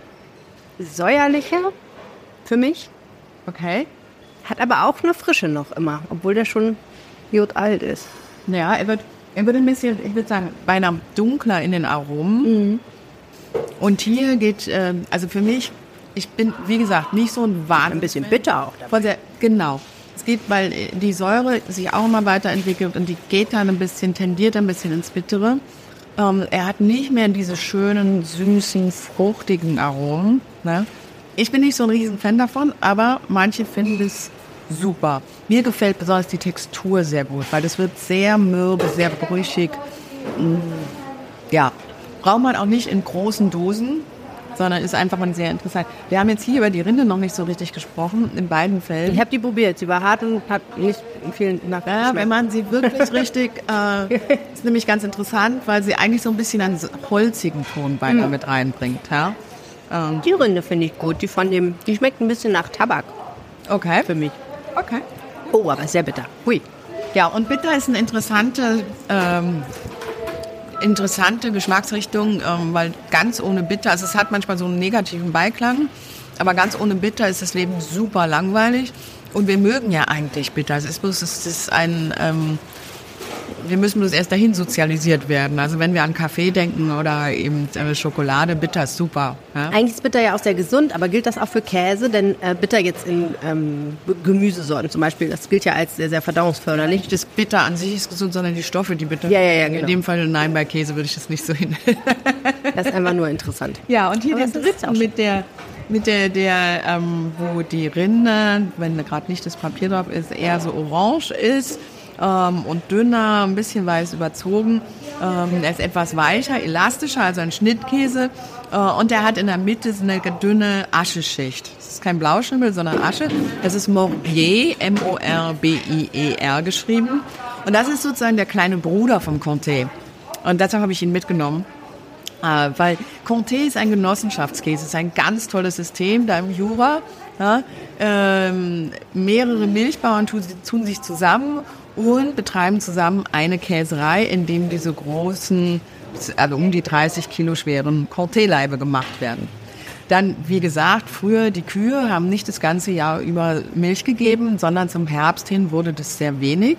säuerlicher für mich, Okay. hat aber auch eine Frische noch immer, obwohl der schon gut alt ist. Ja, er wird Er wird ein bisschen, ich würde sagen, beinahe dunkler in den Aromen. Mhm. Und hier geht, äh, also für mich, ich bin, wie gesagt, nicht so ein Wahnsinn. Ein bisschen bitter auch. Von der, genau. Es geht, weil die Säure sich auch immer weiterentwickelt und die geht dann ein bisschen, tendiert ein bisschen ins Bittere. Ähm, er hat nicht mehr diese schönen, süßen, fruchtigen Aromen. Ne? Ich bin nicht so ein riesen Fan davon, aber manche finden es super. Mir gefällt besonders die Textur sehr gut, weil das wird sehr mürbe, sehr brüchig. Ja, braucht man auch nicht in großen Dosen, sondern ist einfach mal sehr interessant. Wir haben jetzt hier über die Rinde noch nicht so richtig gesprochen, in beiden Fällen. Ich habe die probiert, sie war hart und hat nicht viel nach. Ja, wenn man sie wirklich richtig, äh, ist nämlich ganz interessant, weil sie eigentlich so ein bisschen einen holzigen Ton beinahe mhm. mit reinbringt. Ja? Ähm. Die Rinde finde ich gut, die von dem, die schmeckt ein bisschen nach Tabak. Okay. Für mich. Okay. Oh, aber sehr bitter. Hui. Ja, und bitter ist eine interessante, ähm, interessante Geschmacksrichtung, ähm, weil ganz ohne Bitter, also es hat manchmal so einen negativen Beiklang, aber ganz ohne Bitter ist das Leben super langweilig und wir mögen ja eigentlich Bitter. Es ist bloß, es ist ein, ähm, wir müssen bloß erst dahin sozialisiert werden. Also wenn wir an Kaffee denken oder eben äh, Schokolade, Bitter ist super. Ja? Eigentlich ist Bitter ja auch sehr gesund, aber gilt das auch für Käse? Denn äh, Bitter jetzt in ähm, Gemüsesorten zum Beispiel, das gilt ja als sehr, sehr verdauungsförderlich. Nicht das Bitter an sich ist gesund, sondern die Stoffe, die Bitter. Ja, ja, ja, genau. In dem Fall nein, bei Käse würde ich das nicht so hin. Das ist einfach nur interessant. Ja, und hier den dritten mit der, mit der, der ähm, wo die Rinde, wenn gerade nicht das Papier drauf ist, eher so orange ist. Ähm, und dünner, ein bisschen weiß überzogen. Ähm, er ist etwas weicher, elastischer, also ein Schnittkäse. Äh, und er hat in der Mitte so eine dünne Ascheschicht. Das ist kein Blauschimmel, sondern Asche. Das ist Morbier, M O R B I E R geschrieben. Und das ist sozusagen der kleine Bruder vom Comté. Und deshalb habe ich ihn mitgenommen. Äh, weil Comté ist ein Genossenschaftskäse, ist ein ganz tolles System da im Jura. Ja, ähm, mehrere Milchbauern tun, tun sich zusammen und betreiben zusammen eine Käserei, in dem diese großen, also um die dreißig Kilo schweren Comté-Laibe gemacht werden. Dann, wie gesagt, früher die Kühe haben nicht das ganze Jahr über Milch gegeben, sondern zum Herbst hin wurde das sehr wenig.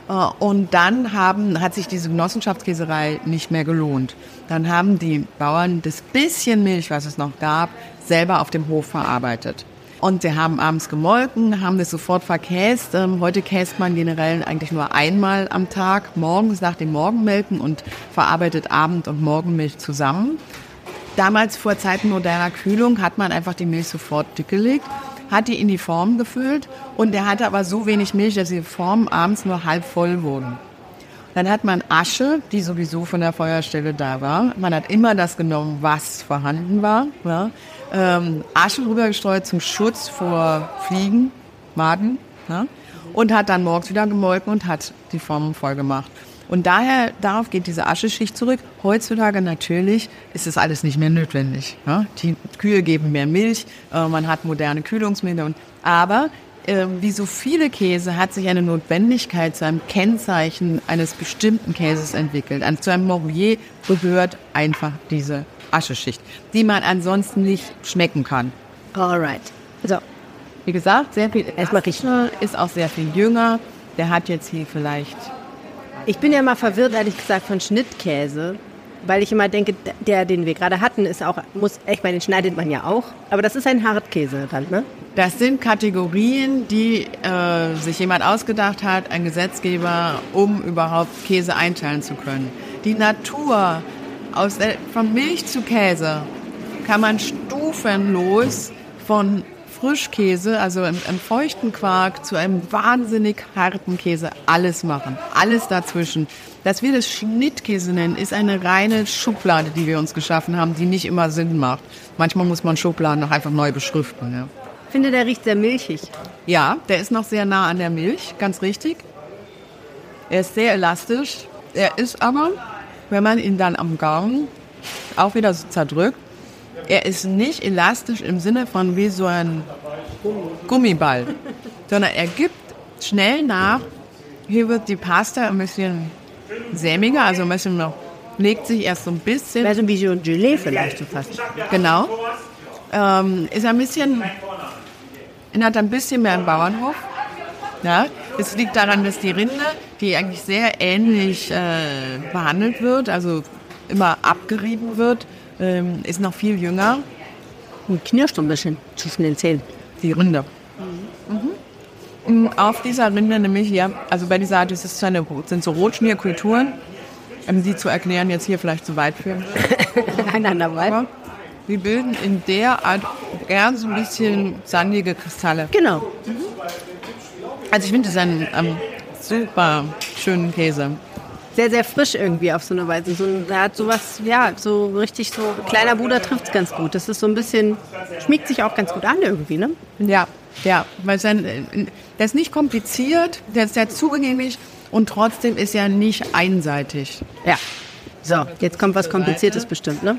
Und dann haben, hat sich diese Genossenschaftskäserei nicht mehr gelohnt. Dann haben die Bauern das bisschen Milch, was es noch gab, selber auf dem Hof verarbeitet. Und sie haben abends gemolken, haben das sofort verkäst. Ähm, heute käst man generell eigentlich nur einmal am Tag, morgens nach dem Morgenmelken und verarbeitet Abend- und Morgenmilch zusammen. Damals vor Zeiten moderner Kühlung hat man einfach die Milch sofort dick gelegt, hat die in die Form gefüllt und der hatte aber so wenig Milch, dass die Formen abends nur halb voll wurden. Dann hat man Asche, die sowieso von der Feuerstelle da war. Man hat immer das genommen, was vorhanden war. Ja. Ähm, Asche rübergestreut zum Schutz vor Fliegen, Maden. Ja. Und hat dann morgens wieder gemolken und hat die Formen voll gemacht. Und daher, darauf geht diese Ascheschicht zurück. Heutzutage natürlich ist das alles nicht mehr notwendig. Ja. Die Kühe geben mehr Milch, äh, man hat moderne Kühlungsmittel. Und, aber äh, wie so viele Käse hat sich eine Notwendigkeit zu einem Kennzeichen eines bestimmten Käses entwickelt. An, zu einem Morbier gehört einfach diese Ascheschicht, die man ansonsten nicht schmecken kann. Alright. So. Wie gesagt, sehr viel elastischer, ist auch sehr viel jünger. Der hat jetzt hier vielleicht... Ich bin ja mal verwirrt, ehrlich gesagt, von Schnittkäse, weil ich immer denke, der, den wir gerade hatten, ist auch, muss, ich meine, den schneidet man ja auch, aber das ist ein Hartkäse dann, ne? Das sind Kategorien, die äh, sich jemand ausgedacht hat, ein Gesetzgeber, um überhaupt Käse einteilen zu können. Die Natur, aus der, von Milch zu Käse, kann man stufenlos von Frischkäse, also einem, einem feuchten Quark, zu einem wahnsinnig harten Käse, alles machen. Alles dazwischen. Dass wir das Schnittkäse nennen, ist eine reine Schublade, die wir uns geschaffen haben, die nicht immer Sinn macht. Manchmal muss man Schubladen noch einfach neu beschriften. Ja. Ich finde, der riecht sehr milchig. Ja, der ist noch sehr nah an der Milch, ganz richtig. Er ist sehr elastisch. Er ist aber, wenn man ihn dann am Gaumen auch wieder so zerdrückt, er ist nicht elastisch im Sinne von wie so ein Gummiball, sondern er gibt schnell nach. Hier wird die Pasta ein bisschen sämiger, also ein bisschen noch, legt sich erst so ein bisschen. Also wie so ein Gelee vielleicht so fast. Genau. Ähm, ist ein bisschen, erinnert ein bisschen mehr an Bauernhof. Ja? Es liegt daran, dass die Rinde, die eigentlich sehr ähnlich äh, behandelt wird, also immer abgerieben wird, ähm, ist noch viel jünger. Und knirscht ein bisschen zwischen den Zähnen. Die Rinde. Mhm. Und auf dieser Rinde nämlich hier, also bei dieser Art ist es eine, sind so Rotschnierkulturen, um die zu erklären, jetzt hier vielleicht zu weit führen. Einander weit. Die bilden in der Art gern so ein bisschen sandige Kristalle. Genau. Mhm. Also ich finde das einen ähm, super schönen Käse. Sehr, sehr frisch irgendwie auf so eine Weise. So ein, er hat sowas, ja, so richtig so, kleiner Bruder trifft es ganz gut. Das ist so ein bisschen, schmiegt sich auch ganz gut an irgendwie, ne? Ja, ja, weil sein, der ist nicht kompliziert, der ist sehr zugänglich und trotzdem ist er nicht einseitig. Ja. So, jetzt kommt was Kompliziertes bestimmt, ne?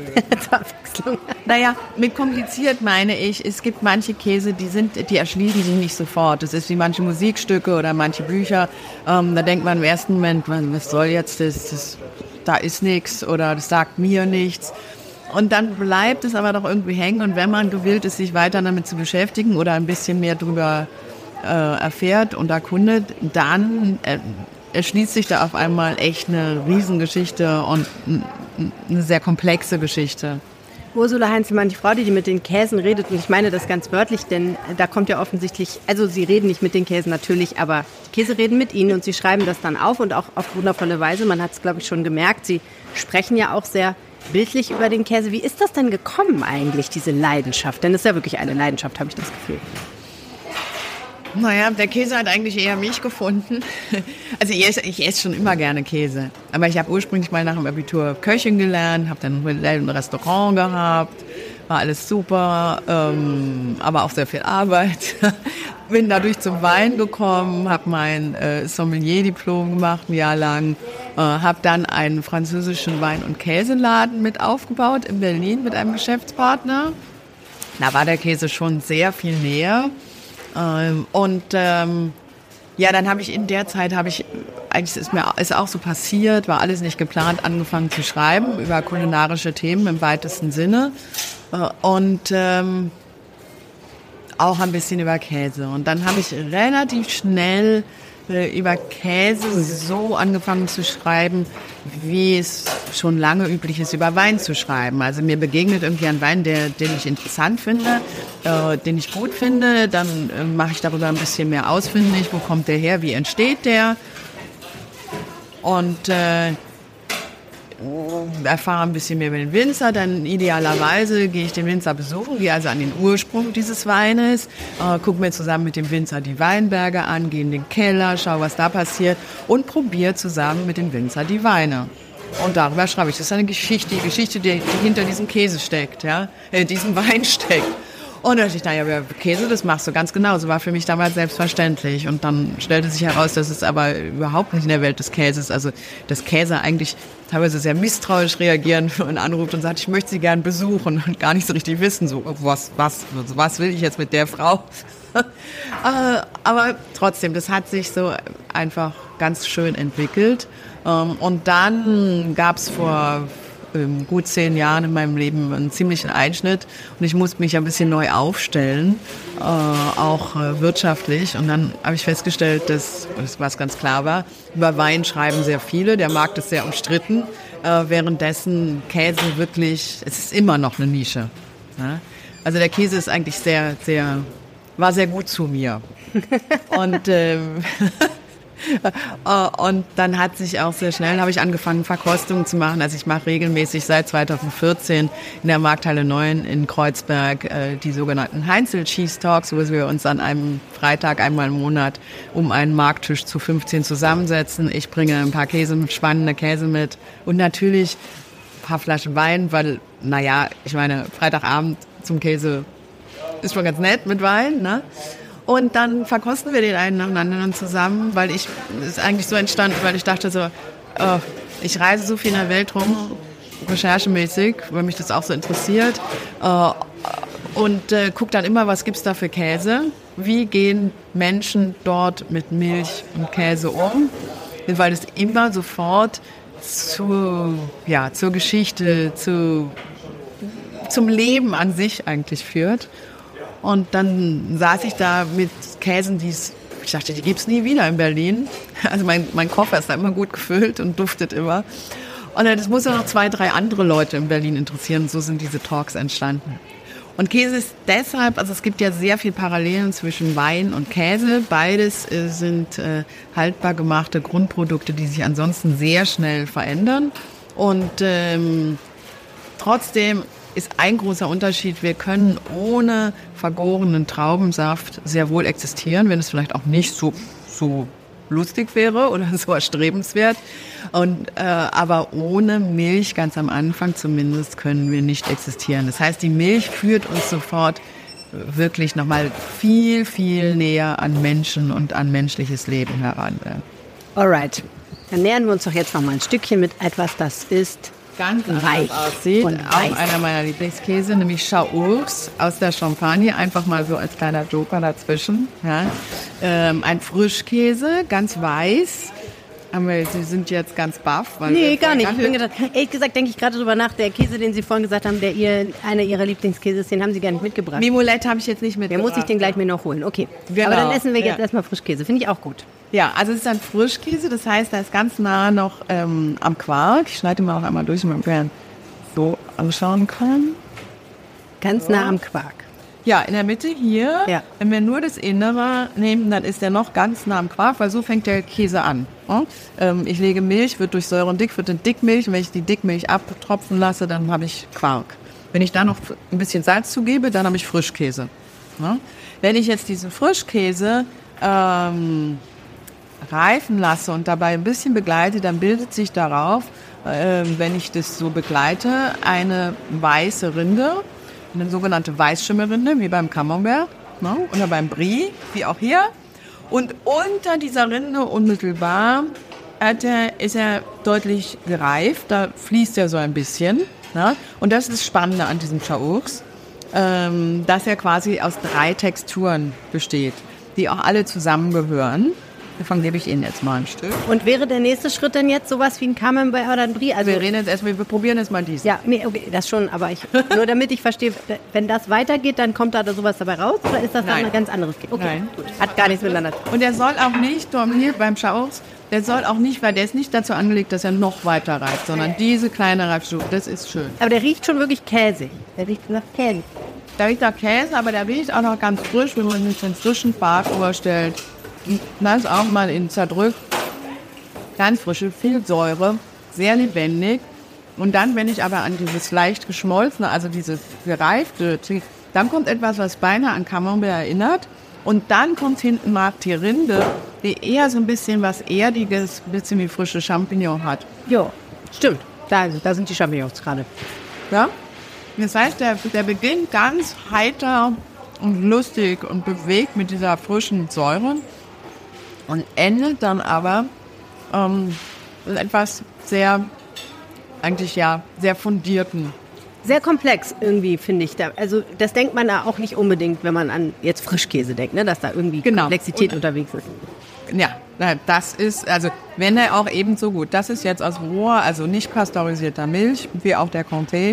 Naja, mit kompliziert meine ich, es gibt manche Käse, die sind, die erschließen sich nicht sofort. Das ist wie manche Musikstücke oder manche Bücher. Ähm, da denkt man im ersten Moment, was soll jetzt das, das da ist nichts oder das sagt mir nichts. Und dann bleibt es aber doch irgendwie hängen. Und wenn man gewillt ist, sich weiter damit zu beschäftigen oder ein bisschen mehr darüber äh, erfährt und erkundet, dann äh, erschließt sich da auf einmal echt eine Riesengeschichte und eine sehr komplexe Geschichte. Ursula Heinzelmann, die Frau, die mit den Käsen redet, und ich meine das ganz wörtlich, denn da kommt ja offensichtlich, also sie reden nicht mit den Käsen natürlich, aber die Käse reden mit ihnen und sie schreiben das dann auf und auch auf wundervolle Weise. Man hat es, glaube ich, schon gemerkt. Sie sprechen ja auch sehr bildlich über den Käse. Wie ist das denn gekommen eigentlich, diese Leidenschaft? Denn es ist ja wirklich eine Leidenschaft, habe ich das Gefühl. Naja, der Käse hat eigentlich eher mich gefunden. Also ich esse, ich esse schon immer gerne Käse. Aber ich habe ursprünglich mal nach dem Abitur Köchin gelernt, habe dann ein Restaurant gehabt, war alles super, ähm, aber auch sehr viel Arbeit. Bin dadurch zum Wein gekommen, habe mein äh, Sommelier-Diplom gemacht, ein Jahr lang. Äh, habe dann einen französischen Wein- und Käseladen mit aufgebaut in Berlin mit einem Geschäftspartner. Da war der Käse schon sehr viel näher. Ähm, und ähm, ja, dann habe ich in der Zeit, habe ich, eigentlich ist mir ist auch so passiert, war alles nicht geplant, angefangen zu schreiben über kulinarische Themen im weitesten Sinne äh, und ähm, auch ein bisschen über Käse. Und dann habe ich relativ schnell äh, über Käse so angefangen zu schreiben, wie es schon lange üblich ist, über Wein zu schreiben. Also mir begegnet irgendwie ein Wein, der, den ich interessant finde, äh, den ich gut finde. Dann äh, mache ich darüber ein bisschen mehr ausfindig. Wo kommt der her? Wie entsteht der? Und äh, erfahre ein bisschen mehr über den Winzer. Dann idealerweise gehe ich den Winzer besuchen, gehe also an den Ursprung dieses Weines, äh, gucke mir zusammen mit dem Winzer die Weinberge an, gehe in den Keller, schaue, was da passiert und probiere zusammen mit dem Winzer die Weine. Und darüber schreibe ich. Das ist eine Geschichte, die Geschichte, die, die hinter diesem Käse steckt, ja, äh, diesem Wein steckt. Und da dachte ich, naja, Käse, das machst du ganz genau. So war für mich damals selbstverständlich. Und dann stellte sich heraus, dass es aber überhaupt nicht in der Welt des Käses, also dass Käse eigentlich teilweise sehr misstrauisch reagieren, wenn man anruft und sagt, ich möchte sie gern besuchen und gar nicht so richtig wissen, so was, was, was will ich jetzt mit der Frau? Aber trotzdem, das hat sich so einfach ganz schön entwickelt. Und dann gab es vor gut zehn Jahren in meinem Leben einen ziemlichen Einschnitt und ich musste mich ein bisschen neu aufstellen, äh, auch äh, wirtschaftlich. Und dann habe ich festgestellt, dass, das was ganz klar war, über Wein schreiben sehr viele, der Markt ist sehr umstritten, äh, währenddessen Käse wirklich, es ist immer noch eine Nische. Ne? Also der Käse ist eigentlich sehr, sehr, war sehr gut zu mir. Und ähm, Und dann hat sich auch sehr schnell, habe ich angefangen, Verkostungen zu machen. Also ich mache regelmäßig seit zweitausendvierzehn in der Markthalle neun in Kreuzberg äh, die sogenannten Heinzel Cheese Talks, wo wir uns an einem Freitag einmal im Monat um einen Markttisch zu fünfzehn zusammensetzen. Ich bringe ein paar Käse, spannende Käse mit und natürlich ein paar Flaschen Wein, weil, naja, ich meine, Freitagabend zum Käse ist schon ganz nett mit Wein, ne? Und dann verkosten wir den einen nacheinander zusammen, weil ich, das ist eigentlich so entstanden, weil ich dachte so, oh, ich reise so viel in der Welt rum, recherchemäßig, weil mich das auch so interessiert, äh, und äh, gucke dann immer, was gibt's da für Käse, wie gehen Menschen dort mit Milch und Käse um, weil es immer sofort zu, ja, zur Geschichte, zu, zum Leben an sich eigentlich führt. Und dann saß ich da mit Käsen, die es Ich dachte, die gibt's nie wieder in Berlin. Also mein, mein Koffer ist da immer gut gefüllt und duftet immer. Und das muss ja noch zwei, drei andere Leute in Berlin interessieren. So sind diese Talks entstanden. Und Käse ist deshalb, also es gibt ja sehr viel Parallelen zwischen Wein und Käse. Beides äh, sind äh, haltbar gemachte Grundprodukte, die sich ansonsten sehr schnell verändern. Und ähm, trotzdem ist ein großer Unterschied, wir können ohne vergorenen Traubensaft sehr wohl existieren, wenn es vielleicht auch nicht so, so lustig wäre oder so erstrebenswert. Und, äh, aber ohne Milch, ganz am Anfang zumindest, können wir nicht existieren. Das heißt, die Milch führt uns sofort wirklich nochmal viel, viel näher an Menschen und an menschliches Leben heran. Alright, dann nähern wir uns doch jetzt noch mal ein Stückchen mit etwas, das ist ganz weich aussieht. Und auch weiß. Einer meiner Lieblingskäse, nämlich Chaours aus der Champagne. Einfach mal so als kleiner Joker dazwischen. Ja. Ähm, ein Frischkäse, ganz weiß. Aber Sie sind jetzt ganz baff. Weil Nee, gar nicht. Ich bin gedacht, gedacht, ehrlich gesagt denke ich gerade drüber nach, der Käse, den Sie vorhin gesagt haben, der ihr, einer Ihrer Lieblingskäse ist, den haben Sie gar nicht mitgebracht. Mimolette habe ich jetzt nicht Der mitgebracht. muss ich den gleich mir noch holen. Okay. Genau. Aber dann essen wir jetzt Ja. erstmal Frischkäse. Finde ich auch gut. Ja, also es ist ein Frischkäse, das heißt, er ist ganz nah noch ähm, am Quark. Ich schneide ihn mal auch einmal durch, damit man so anschauen kann. Ganz nah am Quark. Ja, in der Mitte hier, Ja. wenn wir nur das Innere nehmen, dann ist er noch ganz nah am Quark, weil so fängt der Käse an. Ja? Ähm, ich lege Milch, wird durchsäuern dick, wird in Dickmilch. Und wenn ich die Dickmilch abtropfen lasse, dann habe ich Quark. Wenn ich da noch ein bisschen Salz zugebe, dann habe ich Frischkäse. Ja? Wenn ich jetzt diesen Frischkäse ähm, reifen lasse und dabei ein bisschen begleite, dann bildet sich darauf, äh, wenn ich das so begleite, eine weiße Rinde, eine sogenannte Weißschimmelrinde, wie beim Camembert, ne? Oder beim Brie, wie auch hier. Und unter dieser Rinde unmittelbar hat er, ist er deutlich gereift, da fließt er so ein bisschen. Ne? Und das ist das Spannende an diesem Chaours, ähm, dass er quasi aus drei Texturen besteht, die auch alle zusammengehören. Davon gebe ich Ihnen jetzt mal ein Stück. Und wäre der nächste Schritt dann jetzt sowas wie ein Camembert oder ein Brie? Also, Wir reden jetzt erstmal, wir probieren jetzt mal diesen. ja, nee, okay, das schon, aber ich, nur damit ich verstehe, wenn das weitergeht, dann kommt da sowas dabei raus oder ist das dann Nein. ein ganz anderes? Okay, Nein. gut. Hat gar nichts miteinander zu tun. Und der soll auch nicht, Tom, hier beim Chaours, der soll auch nicht, weil der ist nicht dazu angelegt, dass er noch weiter reift, sondern diese kleine Reifstufe, das ist schön. Aber der riecht schon wirklich käsig. Der riecht nach Käse. Da riecht nach Käse, aber der riecht auch noch ganz frisch, wenn man sich den frischen Quark vorstellt. Das auch mal in zerdrückt. Ganz frische, viel Säure, sehr lebendig. Und dann, wenn ich aber an dieses leicht geschmolzene, also dieses gereifte, dann kommt etwas, was beinahe an Camembert erinnert. Und dann kommt hinten mal die Rinde, die eher so ein bisschen was Erdiges, ein bisschen wie frische Champignon hat. Jo, stimmt. Da, da sind die Champignons gerade. Ja? Das heißt, der, der beginnt ganz heiter und lustig und bewegt mit dieser frischen Säure und endet dann aber ähm, mit etwas sehr, eigentlich ja, sehr fundierten. Sehr komplex irgendwie, finde ich. Da. Also das denkt man da auch nicht unbedingt, wenn man an jetzt Frischkäse denkt, ne? Dass da irgendwie Genau. Komplexität Und- unterwegs ist. Ja, das ist, also wenn er auch ebenso gut, das ist jetzt aus roher, also nicht pasteurisierter Milch, wie auch der Comté,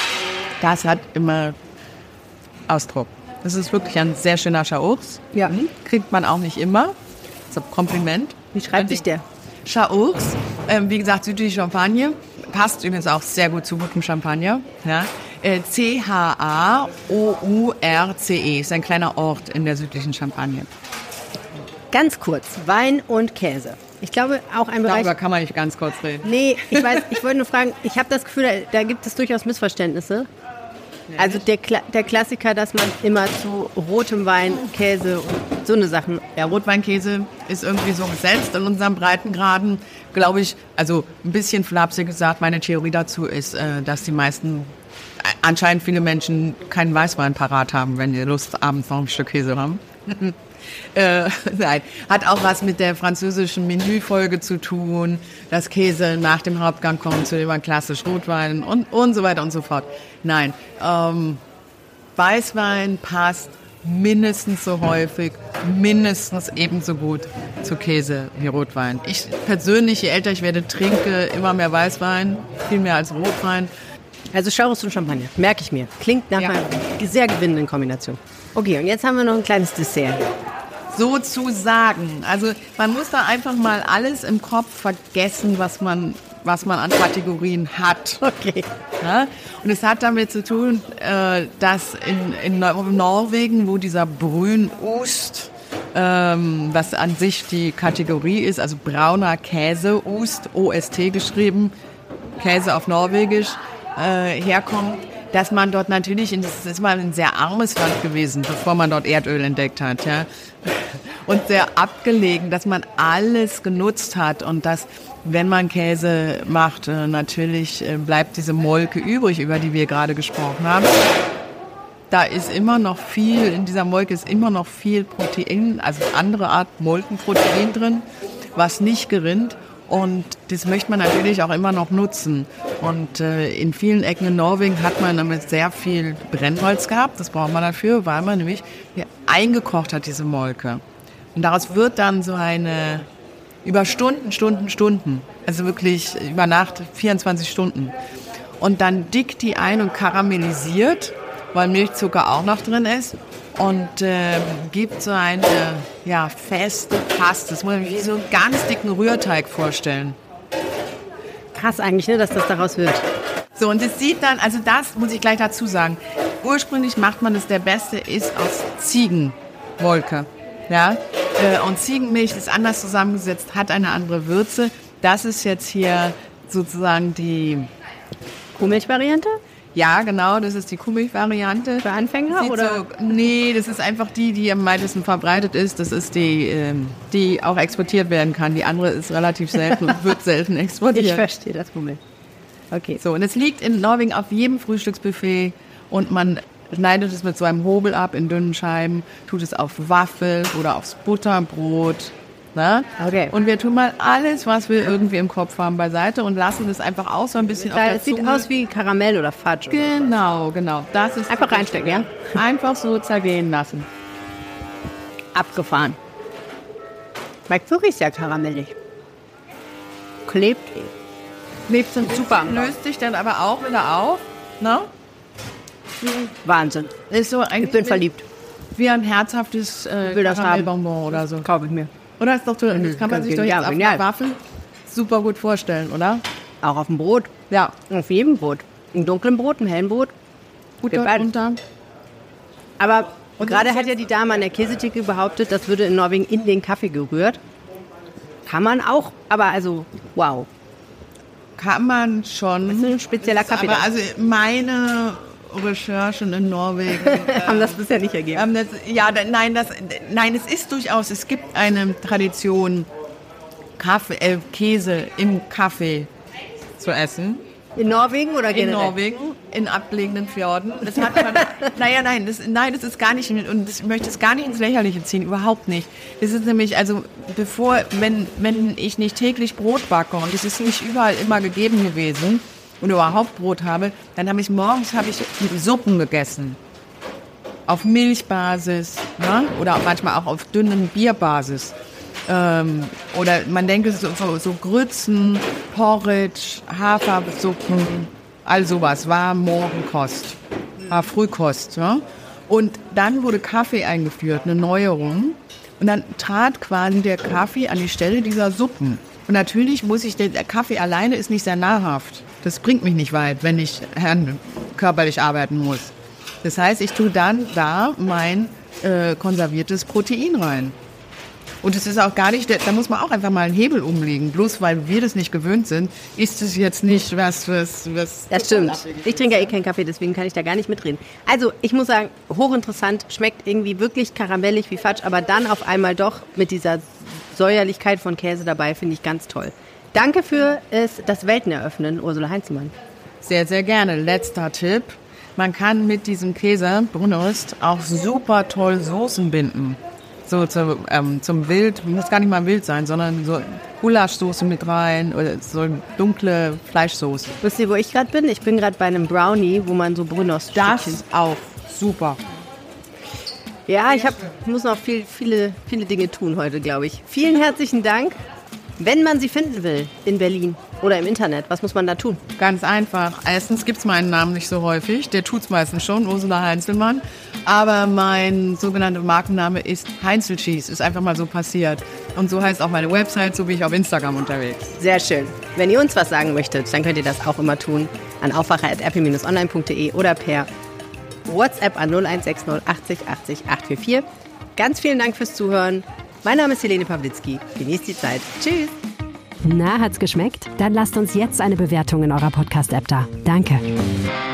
das hat immer Ausdruck. Das ist wirklich ein sehr schöner Chaours. Ja. Kriegt man auch nicht immer. Das ist ein Kompliment. Wie schreibt sich der? Chaours, ähm, wie gesagt, südliche Champagne, passt übrigens auch sehr gut zu gutem Champagner. Ja. Äh, C H A O U R C E, ist ein kleiner Ort in der südlichen Champagne. Ganz kurz, Wein und Käse. Ich glaube, auch ein Bereich... Darüber kann man nicht ganz kurz reden. Nee, ich weiß, ich wollte nur fragen, ich habe das Gefühl, da, da gibt es durchaus Missverständnisse. Also der, Kla der Klassiker, dass man immer zu rotem Wein, Käse und so eine Sachen... Der Rotweinkäse ist irgendwie so gesetzt in unserem Breitengraden, glaube ich, also ein bisschen flapsig gesagt, meine Theorie dazu ist, äh, dass die meisten, äh, anscheinend viele Menschen keinen Weißwein parat haben, wenn die Lust abends noch ein Stück Käse haben. Äh, nein, hat auch was mit der französischen Menüfolge zu tun, dass Käse nach dem Hauptgang kommt zu dem klassisch Rotwein und, und so weiter und so fort. Nein, ähm, Weißwein passt mindestens so häufig, mindestens ebenso gut zu Käse wie Rotwein. Ich persönlich, je älter ich werde, trinke immer mehr Weißwein, viel mehr als Rotwein. Also Chaours und Champagner, merke ich mir. Klingt nach Ja. einer sehr gewinnenden Kombination. Okay, und jetzt haben wir noch ein kleines Dessert. sozusagen. Also man muss da einfach mal alles im Kopf vergessen, was man, was man an Kategorien hat. Okay. Ja? Und es hat damit zu tun, äh, dass in, in Norwegen, wo dieser Brünost, ähm, was an sich die Kategorie ist, also brauner Käse, Ost, O S T geschrieben, Käse auf Norwegisch, äh, herkommt, dass man dort natürlich, in, das ist mal ein sehr armes Land gewesen, bevor man dort Erdöl entdeckt hat, ja, und sehr abgelegen, dass man alles genutzt hat und dass, wenn man Käse macht, äh, natürlich äh, bleibt diese Molke übrig, über die wir gerade gesprochen haben. Da ist immer noch viel, in dieser Molke ist immer noch viel Protein, also andere Art Molkenprotein drin, was nicht gerinnt. Und das möchte man natürlich auch immer noch nutzen. Und äh, in vielen Ecken in Norwegen hat man damit sehr viel Brennholz gehabt. Das braucht man dafür, weil man nämlich hier eingekocht hat, diese Molke. Und daraus wird dann so eine, über Stunden, Stunden, Stunden, also wirklich über Nacht, vierundzwanzig Stunden. Und dann dickt die ein und karamellisiert, weil Milchzucker auch noch drin ist. Und äh, gibt so eine ja, feste Paste. Das muss man sich wie so einen ganz dicken Rührteig vorstellen. Krass eigentlich, ne, dass das daraus wird. So, und es sieht dann, also das muss ich gleich dazu sagen. Ursprünglich macht man es, der Beste ist aus Ziegenmolke. Ja? Und Ziegenmilch ist anders zusammengesetzt, hat eine andere Würze. Das ist jetzt hier sozusagen die Kuhmilch-Variante? Ja, genau, das ist die Kuhmilch-Variante. Für Anfänger, Sieht oder? So, nee, das ist einfach die, die am meisten verbreitet ist. Das ist die, ähm, die auch exportiert werden kann. Die andere ist relativ selten und wird selten exportiert. Ich verstehe das Moment. Okay. So, und es liegt in Norwegen auf jedem Frühstücksbuffet und man schneidet es mit so einem Hobel ab in dünnen Scheiben, tut es auf Waffel oder aufs Butterbrot. Ne? Okay. Und wir tun mal alles, was wir irgendwie im Kopf haben, beiseite und lassen das einfach auch so ein bisschen auf der Es sieht Zunge. aus wie Karamell oder Fudge. Genau, genau. Das ist Einfach reinstecken, ja? Einfach so zergehen lassen. Abgefahren. Schmeckt wirklich sehr karamellig. Klebt. Lebt sind Super. Löst sich dann aber auch wieder auf. Ne? Wahnsinn. Ist so eigentlich Ich bin verliebt. wie ein herzhaftes äh, will das Karamellbonbon oder so. Kaufe ich mir. Oder ist doch toll. Das kann man ganz sich doch genial, jetzt auf genial. einer Waffel super gut vorstellen, oder? Auch auf dem Brot. Ja. Auf jedem Brot. Im dunklen Brot, im hellen Brot. Butter Gibt beides. drunter. Aber Und gerade das ist hat ja die Dame an der Käsetheke behauptet, das würde in Norwegen in den Kaffee gerührt. Kann man auch, aber also, wow. Kann man schon. Das ist ein spezieller Kaffee. Aber also meine Recherchen in Norwegen Haben das bisher nicht ergeben. Ähm, das, ja, da- nein, das, nein, es ist durchaus, es gibt eine Tradition, Kaffee, äh, Käse im Kaffee zu essen. In Norwegen oder In generell? Norwegen, in abgelegenen Fjorden. Das hat man, naja, nein, das, nein, das ist gar nicht, und ich möchte es gar nicht ins Lächerliche ziehen, überhaupt nicht. Das ist nämlich, also bevor, wenn, wenn ich nicht täglich Brot backe, und es ist nicht überall immer gegeben gewesen, und überhaupt Brot habe, dann habe ich morgens habe ich Suppen gegessen. Auf Milchbasis, ne? Oder auch manchmal auch auf dünnen Bierbasis. Ähm, oder man denkt, es ist so, so Grützen, Porridge, Hafersuppen, all sowas, war Morgenkost, war Frühkost. Ja? Und dann wurde Kaffee eingeführt, eine Neuerung. Und dann trat quasi der Kaffee an die Stelle dieser Suppen. Und natürlich muss ich, der Kaffee alleine ist nicht sehr nahrhaft. Das bringt mich nicht weit, wenn ich Herrn körperlich arbeiten muss. Das heißt, ich tue dann da mein äh, konserviertes Protein rein. Und es ist auch gar nicht, da muss man auch einfach mal einen Hebel umlegen. Bloß weil wir das nicht gewöhnt sind, ist es jetzt nicht was, was, was... Das stimmt. Ich trinke ja eh keinen Kaffee, deswegen kann ich da gar nicht mitreden. Also, ich muss sagen, hochinteressant, schmeckt irgendwie wirklich karamellig wie Fudge, aber dann auf einmal doch mit dieser Säuerlichkeit von Käse dabei, finde ich ganz toll. Danke für es, das Welteneröffnen, Ursula Heinzelmann. Sehr, sehr gerne. Letzter Tipp. Man kann mit diesem Käse, Brunost, auch super toll Soßen binden. So zum, ähm, zum Wild, muss gar nicht mal wild sein, sondern so Gulaschsoße mit rein oder so dunkle Fleischsoße. Wisst ihr, wo ich gerade bin? Ich bin gerade bei einem Brownie, wo man so Brunost Das auch super. Ja, ich hab, muss noch viel, viele, viele Dinge tun heute, glaube ich. Vielen herzlichen Dank. Wenn man sie finden will in Berlin oder im Internet, was muss man da tun? Ganz einfach. Erstens gibt es meinen Namen nicht so häufig. Der tut's meistens schon, Ursula Heinzelmann. Aber mein sogenannter Markenname ist Heinzel Cheese. Ist einfach mal so passiert. Und so heißt auch meine Website, so bin ich auf Instagram unterwegs. Sehr schön. Wenn ihr uns was sagen möchtet, dann könnt ihr das auch immer tun an aufwacher at apple dash online punkt de oder per WhatsApp an null eins sechs null achtzig achtzig achthundertvierundvierzig. Ganz vielen Dank fürs Zuhören. Mein Name ist Helene Pawlitzki. Genießt die Zeit. Tschüss. Na, hat's geschmeckt? Dann lasst uns jetzt eine Bewertung in eurer Podcast-App da. Danke.